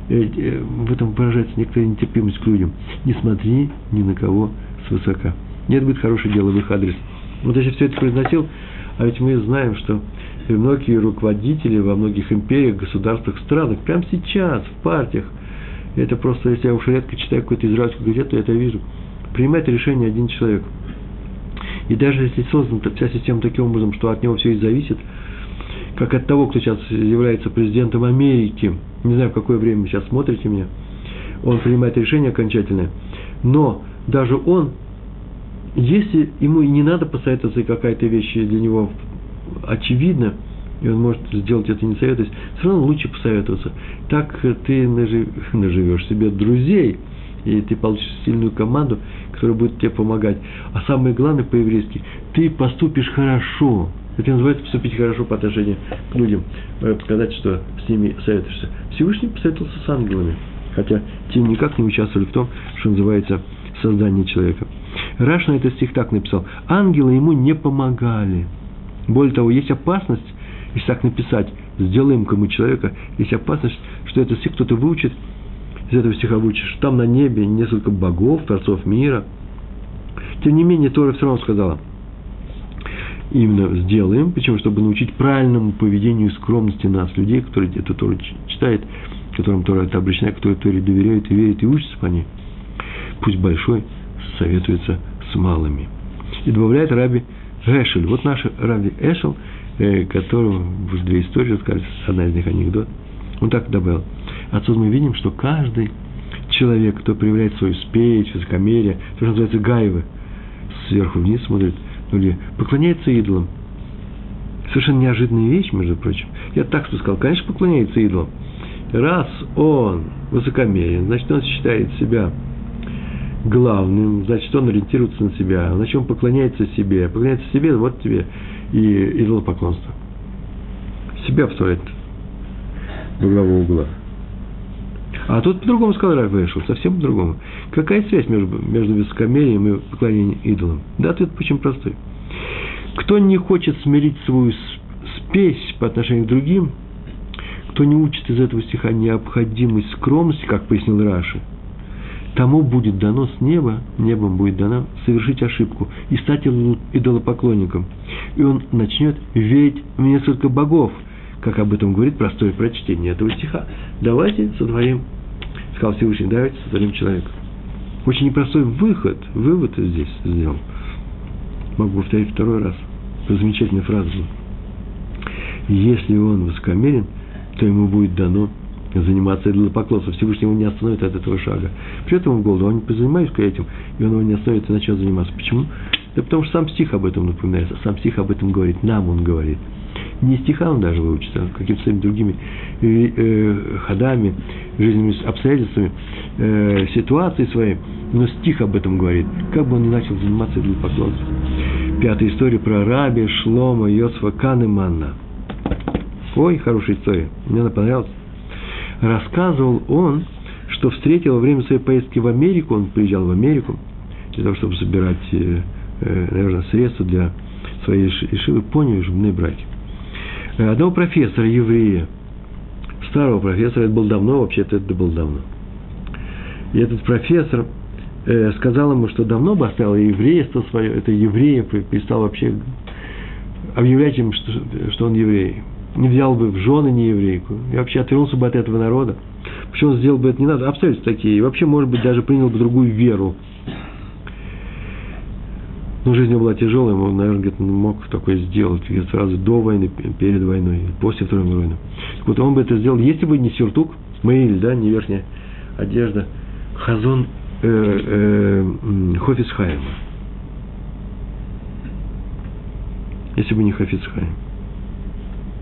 В этом выражается некоторая нетерпимость к людям. Не смотри ни на кого свысока. Нет, будет хорошее дело в их адрес. Вот я сейчас все это произносил, а ведь мы знаем, что многие руководители во многих империях, государствах, странах, прямо сейчас, в партиях, это просто, если я уж редко читаю какую-то израильскую газету, я это вижу, принимает решение один человек. И даже если создана вся система таким образом, что от него все и зависит, как от того, кто сейчас является президентом Америки, не знаю, в какое время вы сейчас смотрите меня, он принимает решение окончательное, но даже он, если ему и не надо посоветоваться, и какая-то вещь для него очевидна, и он может сделать это не советуясь, все равно лучше посоветоваться. Так ты наживешь себе друзей, и ты получишь сильную команду, которая будет тебе помогать. А самое главное по-еврейски, ты поступишь хорошо. Это называется поступить хорошо по отношению к людям, показать, что с ними советуешься. Всевышний посоветовался с ангелами, хотя те никак не участвовали в том, что называется создание человека. Раш на этот стих так написал: ангелы ему не помогали. Более того, есть опасность, если так написать, сделаем кому человека, есть опасность, что этот стих кто-то выучит, из этого стиха выучит, что там на небе несколько богов, творцов мира. Тем не менее, Тора все равно сказала, именно сделаем, почему? Чтобы научить правильному поведению и скромности нас, людей, которые эту Тору читают, которым Тора это обращена, которые Торе доверяют и верят и учатся по ней. Пусть большой советуется с малыми. И добавляет Раби Эшель. Вот наш Раби Эшель, которого уже две истории рассказали, одна из них анекдот. Он так добавил. Отсюда мы видим, что каждый человек, кто проявляет свою спесь, высокомерие, то, что называется гайвы, сверху вниз смотрит, или поклоняется идолам. Совершенно неожиданная вещь, между прочим. Я так что сказал, конечно, поклоняется идолам. Раз он высокомерен, значит, он считает себя главным, значит, он ориентируется на себя, значит, он поклоняется себе, вот тебе и идолопоклонство. Себя вставляет во главу угла. А тут по-другому сказал Раби Эшель, совсем по-другому. Какая связь между высокомерием и поклонением идолам? Да, ответ очень простой. Кто не хочет смирить свою спесь по отношению к другим, кто не учит из этого стиха необходимость скромности, как пояснил Раши, тому будет дано с неба, небом будет дано совершить ошибку и стать идолопоклонником. И он начнет верить в несколько богов, как об этом говорит простое прочтение этого стиха. Давайте сотворим, сказал Всевышний, давайте сотворим человека. Очень непростой вывод здесь сделал. Могу повторить второй раз. Это замечательная фраза была. Если он высокомерен, то ему будет дано заниматься идолопоклонством. Всевышний его не остановит от этого шага. При этом в голову, он позанимаюсь-ка этим, и он его не остановит и начнет заниматься. Почему? Да потому что сам стих об этом напоминает, сам стих об этом говорит, нам он говорит. Не стиха он даже выучится, а какими-то своими другими ходами, жизненными обстоятельствами, ситуацией своей, но стих об этом говорит, как бы он ни начал заниматься идолопоклонством. Пятая история про раби Шломо Йосефа Канемана. Ой, хорошая история, мне она понравилась. Рассказывал он, что встретил во время своей поездки в Америку, он приезжал в Америку для того, чтобы собирать, наверное, средства для своей ешивы, поняли, жубные браки. Одного профессора, еврея, старого профессора, это было давно, вообще-то это было давно. И этот профессор сказал ему, что давно бы оставил еврейство свое, это еврея, перестал вообще объявлять им, что он еврей. Не взял бы в жены не еврейку, и вообще отвернулся бы от этого народа. Почему он сделал бы это не надо? Обстоятельства такие. И вообще, может быть, даже принял бы другую веру. Но жизнь была тяжелая, он, наверное, где-то мог такое сделать сразу до войны, перед войной, после Второй мировой войны. Вот он бы это сделал, если бы не сюртук, мейль, да, не верхняя одежда, хазон Хофец Хаима. Если бы не Хофец Хаим.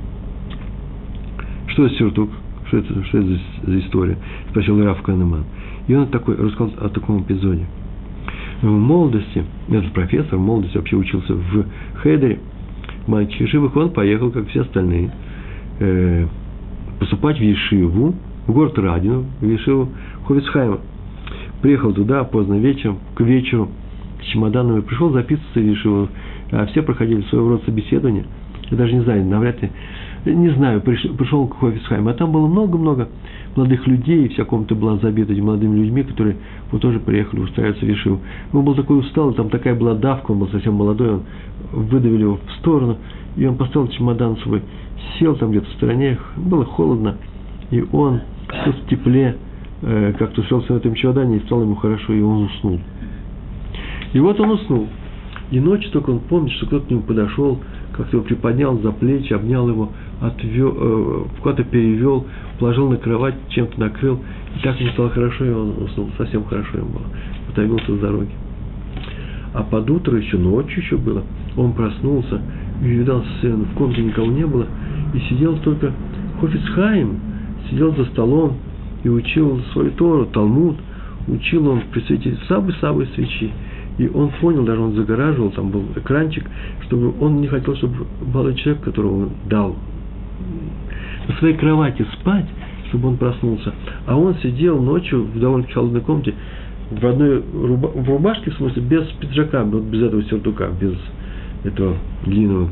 Что за сюртук? Что это за история? Спросил Рав Канеман. И он рассказал о таком эпизоде. В молодости, этот профессор в молодости вообще учился в Хедере, мальчик Ешивах, он поехал, как все остальные, поступать в Ешиву, в город Радину, в Ешиву Хофец-Хаима. Приехал туда поздно вечером, к вечеру, с чемоданом, и пришел записываться в Ешиву, а все проходили своего рода собеседование. Я даже не знаю, навряд ли, не знаю, пришел к Хофец-Хаиму, а там было много-много молодых людей, и вся комната была забита этими молодыми людьми, которые вот тоже приехали устраиваться в Ешиву. Он был такой усталый, там такая была давка, он был совсем молодой, он выдавили его в сторону, и он поставил чемодан свой, сел там где-то в стороне, было холодно, и он тут в тепле как-то уселся на этом чемодане, и стало ему хорошо, и он уснул. И вот он уснул. И ночью только он помнит, что кто-то к нему подошел, как-то его приподнял за плечи, обнял его, куда-то перевел, положил на кровать, чем-то накрыл. И так ему стало хорошо, и он уснул. Совсем хорошо ему было. Утомился с дороги. А под утро, еще ночью еще было, он проснулся и увидал сцену. В комнате никого не было. И сидел только Хофец-Хаим. Сидел за столом и учил свою Тору, Талмуд. Учил он при свете самой свечи. И он понял, даже он загораживал, там был экранчик, чтобы он не хотел, чтобы молодой человек, которого он дал на своей кровати спать, чтобы он проснулся. А он сидел ночью в довольно холодной комнате, в рубашке, в смысле, без пиджака, вот без этого сюртука, без этого длинный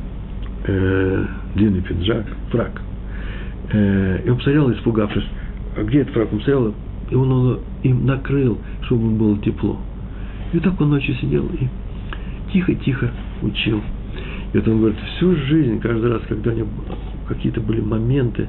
пиджак, фрак. И он посмотрел, испугавшись, а где этот фрак? Он посмотрел, и он его им накрыл, чтобы ему было тепло. И так он ночью сидел и тихо-тихо учил. И вот он говорит, всю жизнь, каждый раз, когда у него какие-то были моменты,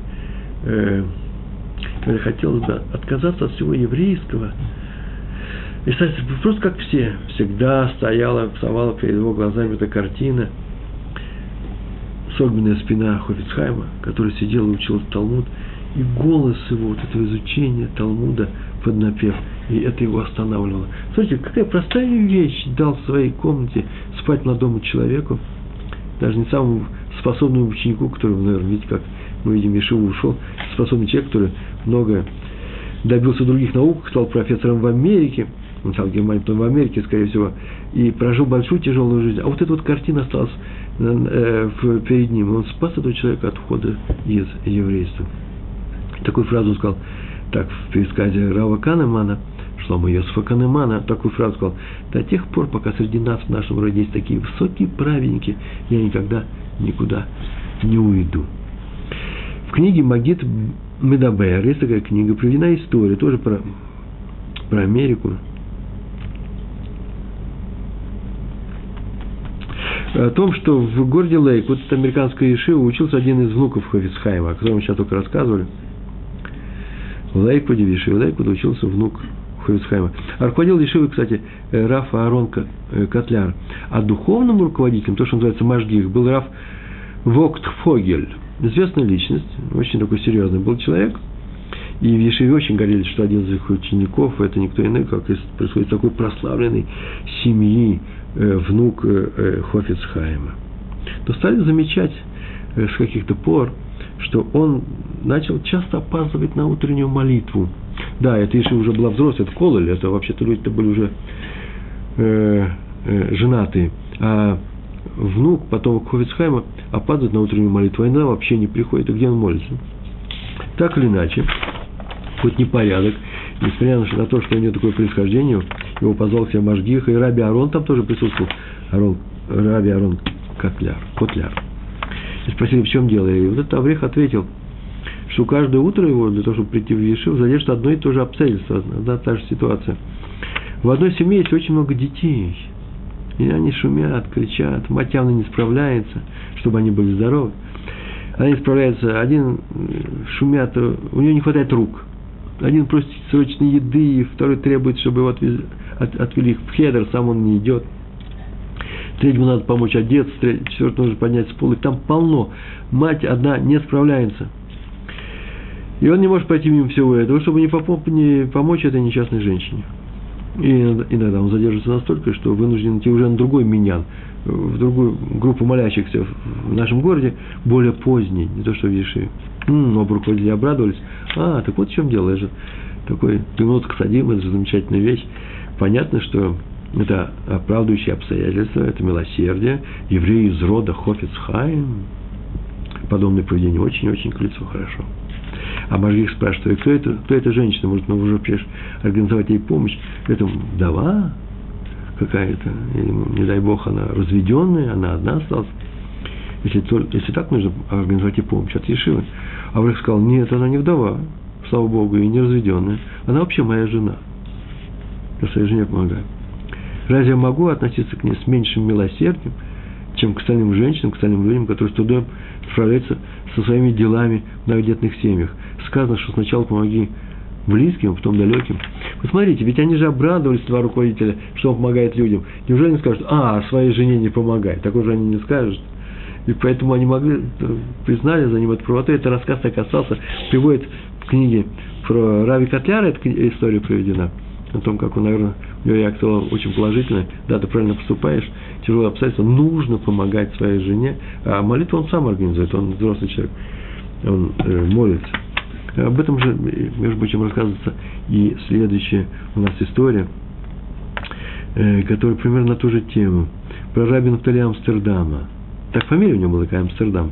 когда хотелось бы отказаться от всего еврейского, и стать просто как все, всегда вставала перед его глазами эта картина, согбенная спина Хофец-Хаима, который сидел и учил Талмуд, и голос его, вот этого изучения Талмуда под напев, и это его останавливало. Смотрите, какая простая вещь дал в своей комнате спать молодому человеку, даже не самому способному ученику, который, наверное, видите, как мы видим, Ешиву ушел, способный человек, который много добился других наук, стал профессором в Америке, он стал в Германии, потом в Америке, скорее всего, и прожил большую тяжелую жизнь. А вот эта вот картина осталась перед ним. Он спас этого человека от ухода из еврейства. Такую фразу он сказал, так, в пересказе Рава Канемана, Шломо Йосефа Канемана, такую фразу сказал: до тех пор, пока среди нас в нашем роде есть такие высокие праведники, я никогда никуда не уйду. В книге Магид Медабер есть такая книга, приведена история, тоже про Америку. О том, что в городе Лейк, вот эта американская ешива, учился один из внуков Хофец-Хаима, о котором мы сейчас только рассказывали. В Лейквуде, в ешиве Лейквуда учился внук Хофец-Хаима. А руководил ешивой, кстати, Рав Аарон Котляр. А духовным руководителем, то, что называется Машгих, был Рав Воктфогель. Известная личность, очень такой серьезный был человек. И в ешиве очень гордились, что один из их учеников, это никто иной, как происходит такой прославленной семьи, внук Хофец-Хаима. То стали замечать с каких-то пор, что он начал часто опаздывать на утреннюю молитву. Да, это ешива уже была взрослая, это кололь, это вообще-то люди-то были уже женатые. А внук, потомок Хофец-Хаима, опаздывает на утреннюю молитву, а иногда вообще не приходит, и где он молится. Так или иначе, хоть непорядок, несмотря на то, что у него такое происхождение, его позвал к себе Машгих, и Раби Аарон там тоже присутствовал, Раби Аарон Котляр. И спросили, в чем дело. И вот этот Аврех ответил, что каждое утро его, для того, чтобы прийти в ешиву, задержит одно и то же обстоятельство, одна та же ситуация. В одной семье есть очень много детей, и они шумят, кричат, мать явно не справляется, чтобы они были здоровы. Она не справляется, один шумят, у нее не хватает рук. Один просит срочной еды, второй требует, чтобы его отвели в хедер, сам он не идет. Третьему надо помочь одеться, четвертому нужно поднять с пола. И там полно. Мать одна не справляется. И он не может пройти мимо всего этого, чтобы не помочь этой несчастной женщине. И иногда он задерживается настолько, что вынужден идти уже на другой миньян, в другую группу молящихся в нашем городе, более поздний, не то что в Ешиве. Оба руководители обрадовались. Так вот в чем дело, это же такой Гемлот Хасадим, это же замечательная вещь. Понятно, что это оправдывающие обстоятельства, это милосердие. Евреи из рода Хофец Хаим. Подобное поведение очень-очень к лицу хорошо. А Машгих спрашивает, кто эта женщина? Может, мы уже организовать ей помощь? Это вдова какая-то? Или, не дай бог, она разведенная, она одна осталась? Если так, нужно организовать ей помощь от Ешивы. Аврах сказал, нет, она не вдова, слава Богу, и не разведенная. Она вообще моя жена. Я своей жене помогаю. Разве я могу относиться к ней с меньшим милосердием, чем к остальным женщинам, к остальным людям, которые с трудом справляются со своими делами в многодетных семьях? Сказано, что сначала помоги близким, а потом далеким. Посмотрите, ведь они же обрадовались, два руководителя, что он помогает людям. Неужели они скажут, своей жене не помогай? Так уже они не скажут. И поэтому они признали за ним эту правоту. Это рассказ так остался, приводит в книге про Рави Котляра, эта история приведена, о том, как он, наверное, у него реакция была очень положительная. Да, ты правильно поступаешь, тяжелые обстоятельства, нужно помогать своей жене. А молитву он сам организует, он взрослый человек, он молится. Об этом же, между прочим, рассказывается и следующая у нас история, которая примерно на ту же тему. Про раби Нафтали Амстердама. Так фамилия у него была такая, Амстердам.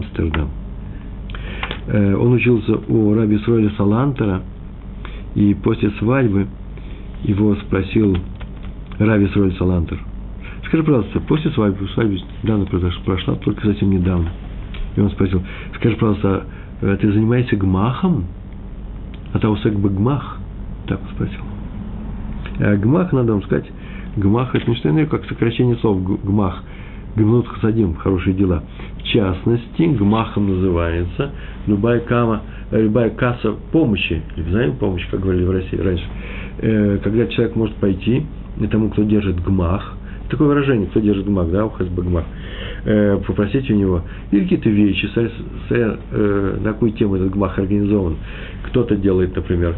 Он учился у раби Исроэля Салантера, и после свадьбы его спросил раби Исроэль Салантер: скажи, пожалуйста, после свадьба недавно прошла, только совсем недавно. И он спросил: скажи, пожалуйста, ты занимаешься гмахом? Атаусек бы гмах? Так он спросил. Гмах, надо вам сказать, гмах – это не что иное, как сокращение слов гмах. Гемлот Хасадим, хорошие дела. В частности, гмахом называется любая касса помощи, или взаимопомощи, как говорили в России раньше. Когда человек может пойти и тому, кто держит гмах, такое выражение, кто держит гмах, да, ухасб гмах, попросить у него или какие-то вещи, на какую тему этот гмах организован. Кто-то делает, например,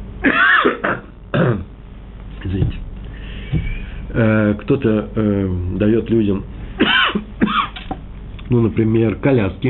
извините, кто-то дает людям, например, коляски.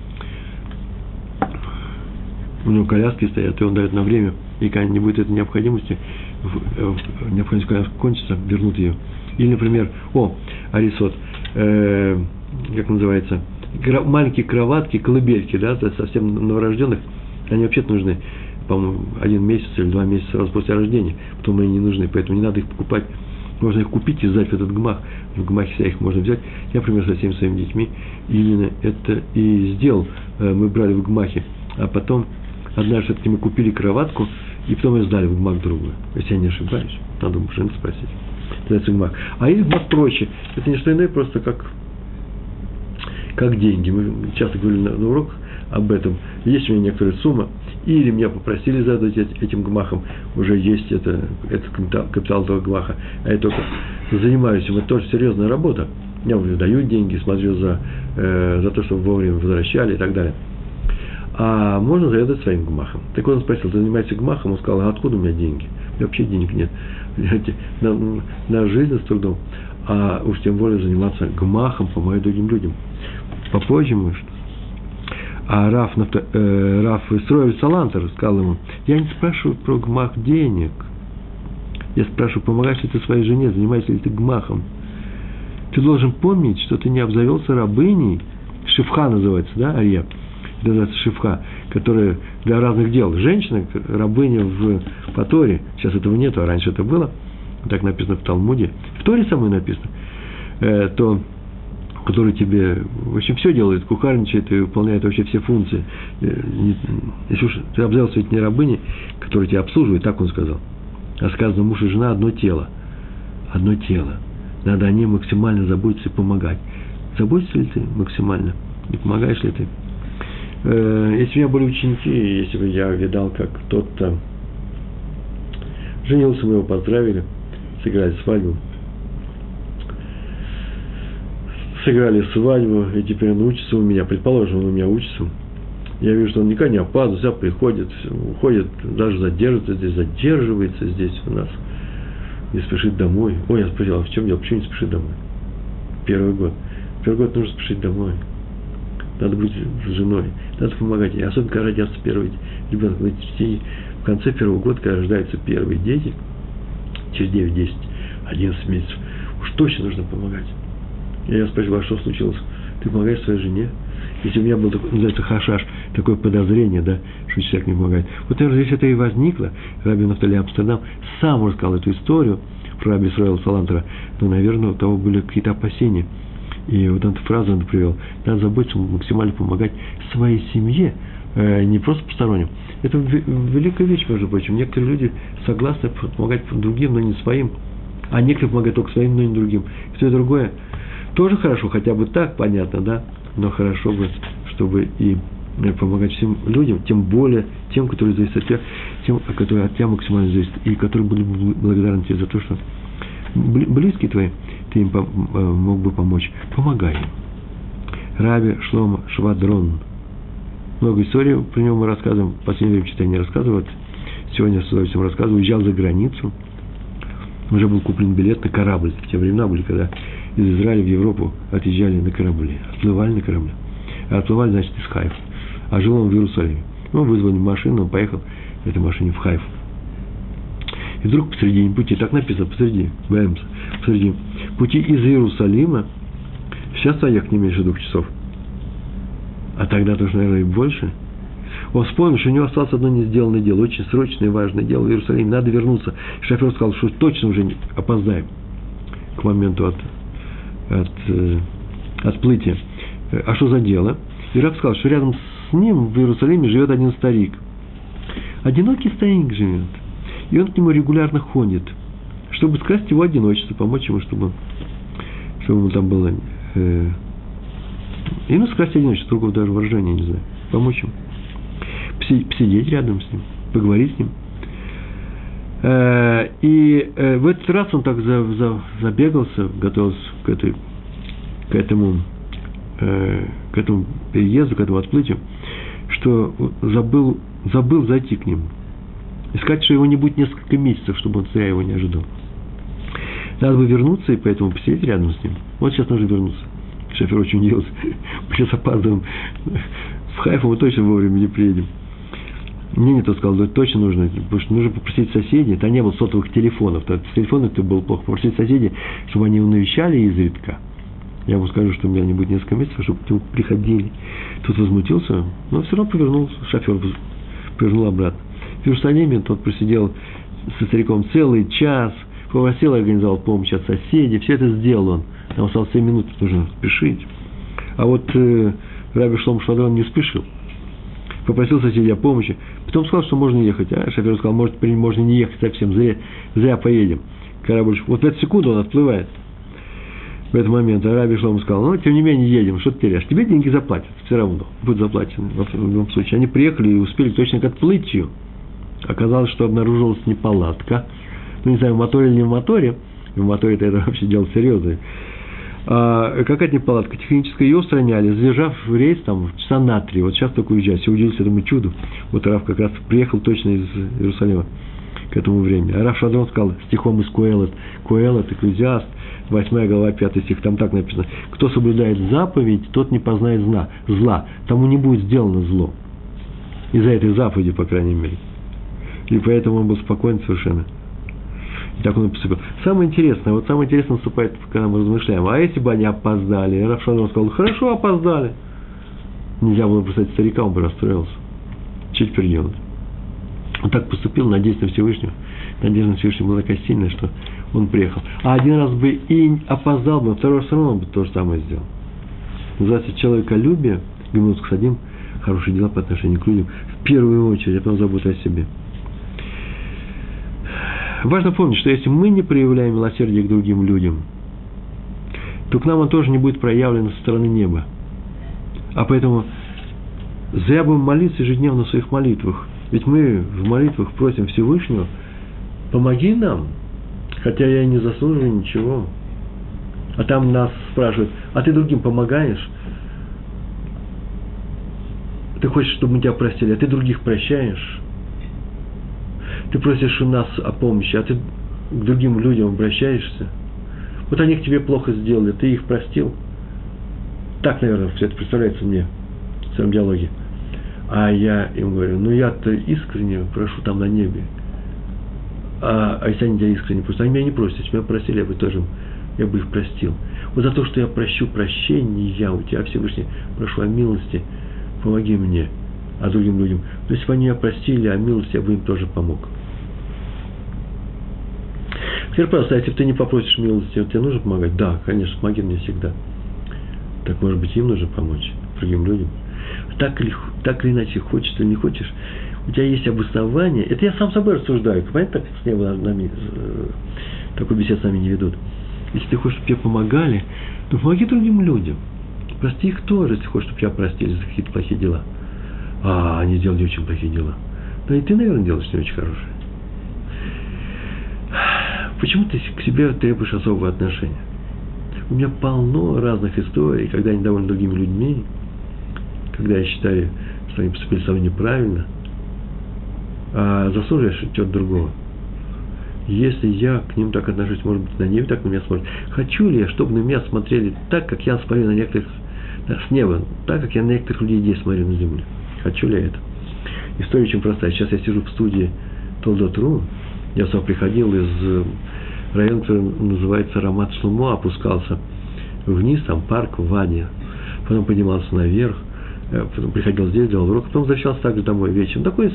У него коляски стоят, и он дает на время, и когда не будет этой необходимости, необходимость коляски кончится, вернут ее. Или, например, арисот, как называется, маленькие кроватки, колыбельки, да, совсем новорожденных, они вообще-то нужны, по-моему, 1 месяц или 2 месяца сразу после рождения, потом они не нужны, поэтому не надо их покупать. Можно их купить и сдать в этот гмах. В гмахе вся их можно взять. Я, например, со всеми своими детьми именно это и сделал. Мы брали в гмахе, а потом однажды все-таки мы купили кроватку, и потом ее сдали в гмах другую. Если я не ошибаюсь. Надо у мужчин спросить. Это гмах. А их гмах проще. Это не что иное, просто как деньги. Мы часто говорили на уроках об этом. Есть у меня некоторая сумма, или меня попросили задать этим гмахом, уже есть этот капитал этого гмаха, а я только занимаюсь им, это тоже серьезная работа. Я уже даю деньги, смотрю за то, чтобы вовремя возвращали и так далее. А можно заведовать своим гмахом. Так он спросил: занимайся гмахом? Он сказал: откуда у меня деньги? У меня вообще денег нет. На жизнь с трудом. А уж тем более заниматься гмахом, помогать другим людям. Попозже, может. А Рав Исроэль Салантер сказал ему: я не спрашиваю про гмах денег. Я спрашиваю, помогаешь ли ты своей жене, занимаешься ли ты гмахом. Ты должен помнить, что ты не обзавелся рабыней. Шифха называется, да, Ария? Это называется шифха, которая для разных дел. Женщина, рабыня по Торе. Сейчас этого нету, а раньше это было. Так написано в Талмуде. В Торе самой написано. Который тебе, в общем, все делает, кухарничает и выполняет вообще все функции. Если уж ты обзавелся ведь не рабыней, которые тебя обслуживают, так он сказал. А сказано: муж и жена одно тело. Одно тело. Надо о ней максимально заботиться и помогать. Заботишься ли ты максимально? И помогаешь ли ты? Если у меня были ученики, если бы я видал, как кто-то женился, мы его поздравили, сыграли свадьбу, и теперь он учится у меня, предположим, он у меня учится. Я вижу, что он никогда не опаздывает, всегда приходит, уходит, даже задерживается здесь у нас. не спешит домой. Ой, я спросил, а в чем дело? Почему не спешит домой? Первый год. Первый год нужно спешить домой. Надо быть с женой. Надо помогать ей. Особенно, когда родятся первый ребенок. В конце первого года, когда рождаются первые дети, через 9, 10, 11 месяцев, уж точно нужно помогать. Я спросил, а что случилось? Ты помогаешь своей жене? Если у меня был такой, называется, хашаш, такое подозрение, да, что человек не помогает. Вот, наверное, здесь это и возникло. Раби Нафтали Амстердам сам рассказал эту историю про Раби Исроэля Салантера. Но, наверное, у того были какие-то опасения. И вот эту фразу он привел. Надо заботиться, максимально помогать своей семье, не просто посторонним. Это великая вещь, между прочим. Некоторые люди согласны помогать другим, но не своим. А некоторые помогают только своим, но не другим. И то и другое тоже хорошо, хотя бы так, понятно, да? Но хорошо бы, чтобы и помогать всем людям, тем более тем, которые зависят от тебя, тем, которые от тебя максимально зависят, и которые были благодарны тебе за то, что близкие твои, ты им мог бы помочь. Помогай им. Раби Шломо Швадрон. Много историй про него мы рассказываем. В последнее время читания не рассказывают. Сегодня с удовольствием рассказываю. Уезжал за границу. Уже был куплен билет на корабль. В те времена были, когда из Израиля в Европу отъезжали на корабле. Отплывали на корабле. А отплывали, значит, из Хайфа. А жил он в Иерусалиме. Мы вызвали машину, он поехал в этой машине в Хайфу. И вдруг посередине пути, так написано, посреди пути из Иерусалима, сейчас ехать не меньше 2 часов, а тогда тоже, наверное, и больше, он вспомнил, что у него осталось одно не сделанное дело, очень срочное и важное дело в Иерусалиме, надо вернуться. Шофер сказал, что точно уже опоздаем к моменту отплытия. А что за дело? И раб сказал, что рядом с ним в Иерусалиме живет один старик. Одинокий старик живет. И он к нему регулярно ходит, чтобы скрасить его одиночество, помочь ему, чтобы ему там было... скрасить одиночество, другого даже выражения не знаю. Помочь ему. Посидеть рядом с ним, поговорить с ним. И в этот раз он так забегался, готовился к этому переезду, к этому отплытию, что забыл зайти к нему. И сказать, что его не будет несколько месяцев, чтобы он зря его не ожидал. Надо бы вернуться и поэтому посидеть рядом с ним. Вот сейчас нужно вернуться. Шофер очень удивился. Мы сейчас опаздываем. В Хайфу мы точно вовремя не приедем. Мне не то сказал, да точно нужно, потому что нужно попросить соседей. Там не было сотовых телефонов. С телефоном это было плохо. Попросить соседей, чтобы они его навещали изредка. Я ему скажу, что у меня не будет несколько месяцев, чтобы к нему приходили. Тут возмутился, но все равно повернулся. Шофер повернул обратно. В Иерусалиме тот просидел со стариком целый час, попросил, организовал помощь от соседей. Все это сделал он. Там осталось 7 минут, нужно спешить. А вот Раби Шломо Швадрон не спешил. Попросил соседей о помощи. Потом сказал, что можно ехать. А шофер сказал, можно не ехать совсем, зря поедем. Корабль. Вот в эту секунду он отплывает. В этот момент Раби Шломо сказал, тем не менее едем, что ты теряешь? Тебе деньги заплатят, все равно, будут заплачены в любом случае. Они приехали и успели точно к отплытию. Оказалось, что обнаружилась неполадка. Не знаю, в моторе или не в моторе. В моторе это вообще дело серьезное. Какая-то неполадка техническая, ее устраняли, задержав рейс там часа на 3. Вот сейчас только уезжать. Все удивились этому чуду. Вот Рав как раз приехал точно из Иерусалима к этому времени. А Рав Швадрон сказал стихом из Коэлет. Коэлет, Экклезиаст, 8 глава, 5 стих. Там так написано. Кто соблюдает заповедь, тот не познает зла. Тому не будет сделано зло. Из-за этой заповеди, по крайней мере. И поэтому он был спокоен совершенно. И так он и поступил. Самое интересное наступает, когда мы размышляем. А если бы они опоздали? Рав Швадрон сказал, хорошо, опоздали. Нельзя было представить старика, он бы расстроился. Что теперь делать? Он так поступил, надеясь на Всевышнего. Надежда на Всевышнего была такая сильная, что он приехал. А один раз бы и опоздал бы, а второй раз все равно бы то же самое сделал. Называется человеколюбие, Гемилут Хасадим, хорошие дела по отношению к людям, в первую очередь, а потом забота о себе. Важно помнить, что если мы не проявляем милосердие к другим людям, то к нам он тоже не будет проявлен со стороны неба. А поэтому зря будем молиться ежедневно в своих молитвах. Ведь мы в молитвах просим Всевышнего, помоги нам, хотя я и не заслуживаю ничего. А там нас спрашивают, а ты другим помогаешь? Ты хочешь, чтобы мы тебя простили, а ты других прощаешь? Ты просишь у нас о помощи, а ты к другим людям обращаешься, вот они к тебе плохо сделали, ты их простил. Так, наверное, все это представляется мне в своем диалоге. А я им говорю, ну я-то искренне прошу там на небе. А если они тебя искренне просят, они меня не просят, если меня просили, я бы их простил. Вот за то, что я прощу прощения у тебя, Всевышний, прошу о милости, помоги мне, а другим людям. Но если бы они меня простили о милости, я бы им тоже помог. Теперь просто, если ты не попросишь милости, тебе нужно помогать? Да, конечно, помоги мне всегда. Так, может быть, им нужно помочь, другим людям. Так или иначе, хочешь или не хочешь, у тебя есть обоснование. Это я сам собой рассуждаю. Понятно, так с неба такой бесед с нами не ведут. Если ты хочешь, чтобы тебе помогали, то помоги другим людям. Прости их тоже, если хочешь, чтобы тебя простили за какие-то плохие дела. А они делали очень плохие дела. Да и ты, наверное, делаешь не очень хорошие. Почему ты к себе требуешь особого отношения? У меня полно разных историй, когда я недоволен другими людьми, когда я считаю, что они поступили со мной неправильно, а заслуживаешь чего-то другого. Если я к ним так отношусь, может быть, на небе так на меня смотрят. Хочу ли я, чтобы на меня смотрели так, как я смотрю на некоторых с неба, так, как я на некоторых людей смотрю на землю? Хочу ли я это? История очень простая. Сейчас я сижу в студии Толдот.ру. Я сам приходил из района, который называется Рамат Шломо, опускался вниз, там парк, Ваня. Потом поднимался наверх, потом приходил здесь, делал урок, потом возвращался также домой вечером. Такой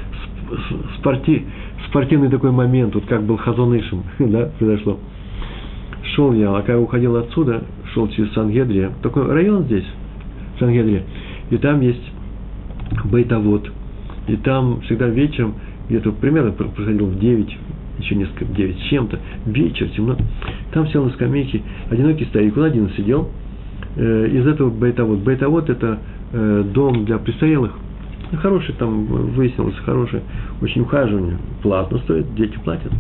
спортивный такой момент, вот как был Хазон Ишем, да, произошло. Шел я, а когда уходил отсюда, шел через Сангедрия, такой район здесь, Сангедрия, и там есть Бейт-Авот, и там всегда вечером, где-то примерно проходил в 9, еще несколько, 9 с чем-то, вечер, темно, там сел на скамейке одинокий старик, он один сидел, из этого Бейт-Авот. Бейт-Авот – это дом для престарелых, хороший там, выяснилось, хорошее, очень ухаживание, платно стоит, дети платят.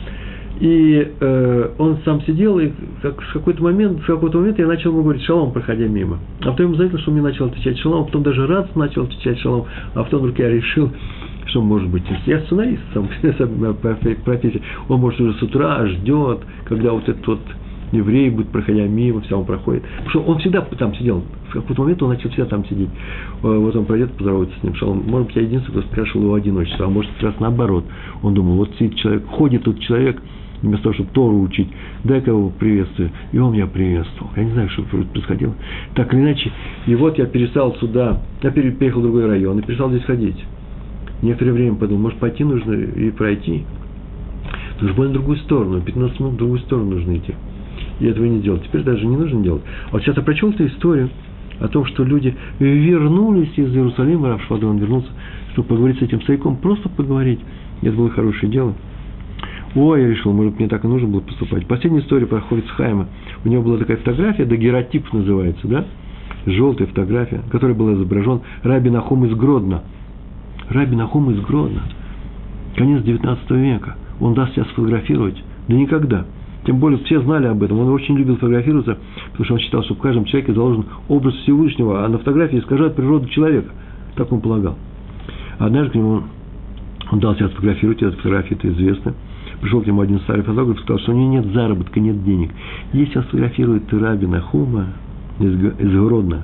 И он сам сидел, и в какой-то момент я начал ему говорить «шалом», проходя мимо. А потом ему заметил, что он мне начал отвечать «шалом», а потом даже раз начал отвечать «шалом», а потом вдруг я решил, что, может быть, я сценарист сам по профессии, он, может, уже с утра ждет, когда вот этот вот еврей будет, проходя мимо, все, он проходит. Потому что он всегда там сидел. В какой-то момент он начал всегда там сидеть. Вот он пройдет, поздоровается с ним. Шалом. Может быть, я единственный, кто спрашивал его одиночество. А может, как раз наоборот. Он думал, вот сидит человек, ходит тут человек, вместо того, чтобы Тору учить, дай-ка его приветствую. И он меня приветствовал. Я не знаю, что происходило. Так или иначе. И вот я перестал сюда, я переехал в другой район и перестал здесь ходить. Некоторое время подумал, может, пойти нужно и пройти. Нужно было на другую сторону. 15 минут в другую сторону нужно идти. И этого не делал. Теперь даже не нужно делать. А вот сейчас я прочел эту историю о том, что люди вернулись из Иерусалима, Рав Швадон вернулся, чтобы поговорить с этим стариком, просто поговорить. И это было хорошее дело. Ой, я решил, может, мне так и нужно было поступать. Последняя история про Хофец Хаима. У него была такая фотография, дагеротип называется, да? Желтая фотография, в которой был изображен Раби Нахум из Гродно. Раби Нахум из Гродно. Конец 19 века. Он даст себя сфотографировать? Да никогда. Тем более, все знали об этом. Он очень любил фотографироваться, потому что он считал, что в каждом человеке заложен образ Всевышнего, а на фотографии искажает природу человека. Так он полагал. Однажды к нему он дал себя сфотографировать, эта фотография, это известно. Пришел к нему один старый фотограф и сказал, что у него нет заработка, нет денег. Если он сфотографирует Раби Нахума из Гродно,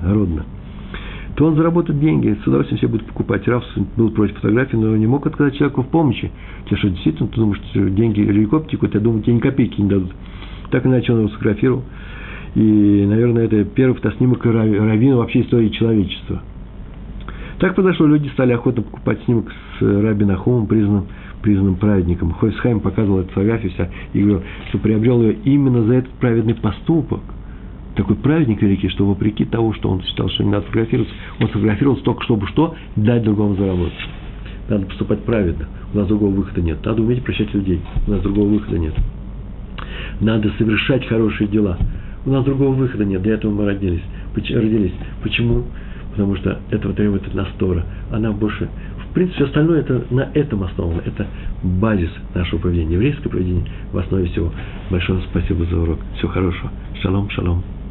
то он заработает деньги, с удовольствием все будут покупать. Рав был против фотографии, но не мог отказать человеку в помощи. Тебе что, действительно, ты думаешь, что деньги рекой текут, я думаю, тебе ни копейки не дадут. Так иначе он его сфотографировал. И, наверное, это первый фотоснимок раввина вообще истории человечества. Так произошло, люди стали охотно покупать снимок с Раби Нахумом, признанным праведником. Хофец Хаим показывал эту фотографию вся и говорил, что приобрел ее именно за этот праведный поступок. Такой праведник великий, что вопреки того, что он считал, что не надо фотографироваться, он сфотографировался только чтобы что? Дать другому заработать. Надо поступать праведно. У нас другого выхода нет. Надо уметь прощать людей. У нас другого выхода нет. Надо совершать хорошие дела. У нас другого выхода нет. Для этого мы родились. Почему? Потому что этого требует от нас Тора. Она больше... В принципе, все остальное это на этом основано. Это базис нашего поведения. Еврейское поведение в основе всего. Большое спасибо за урок. Всего хорошего. Шалом, шалом.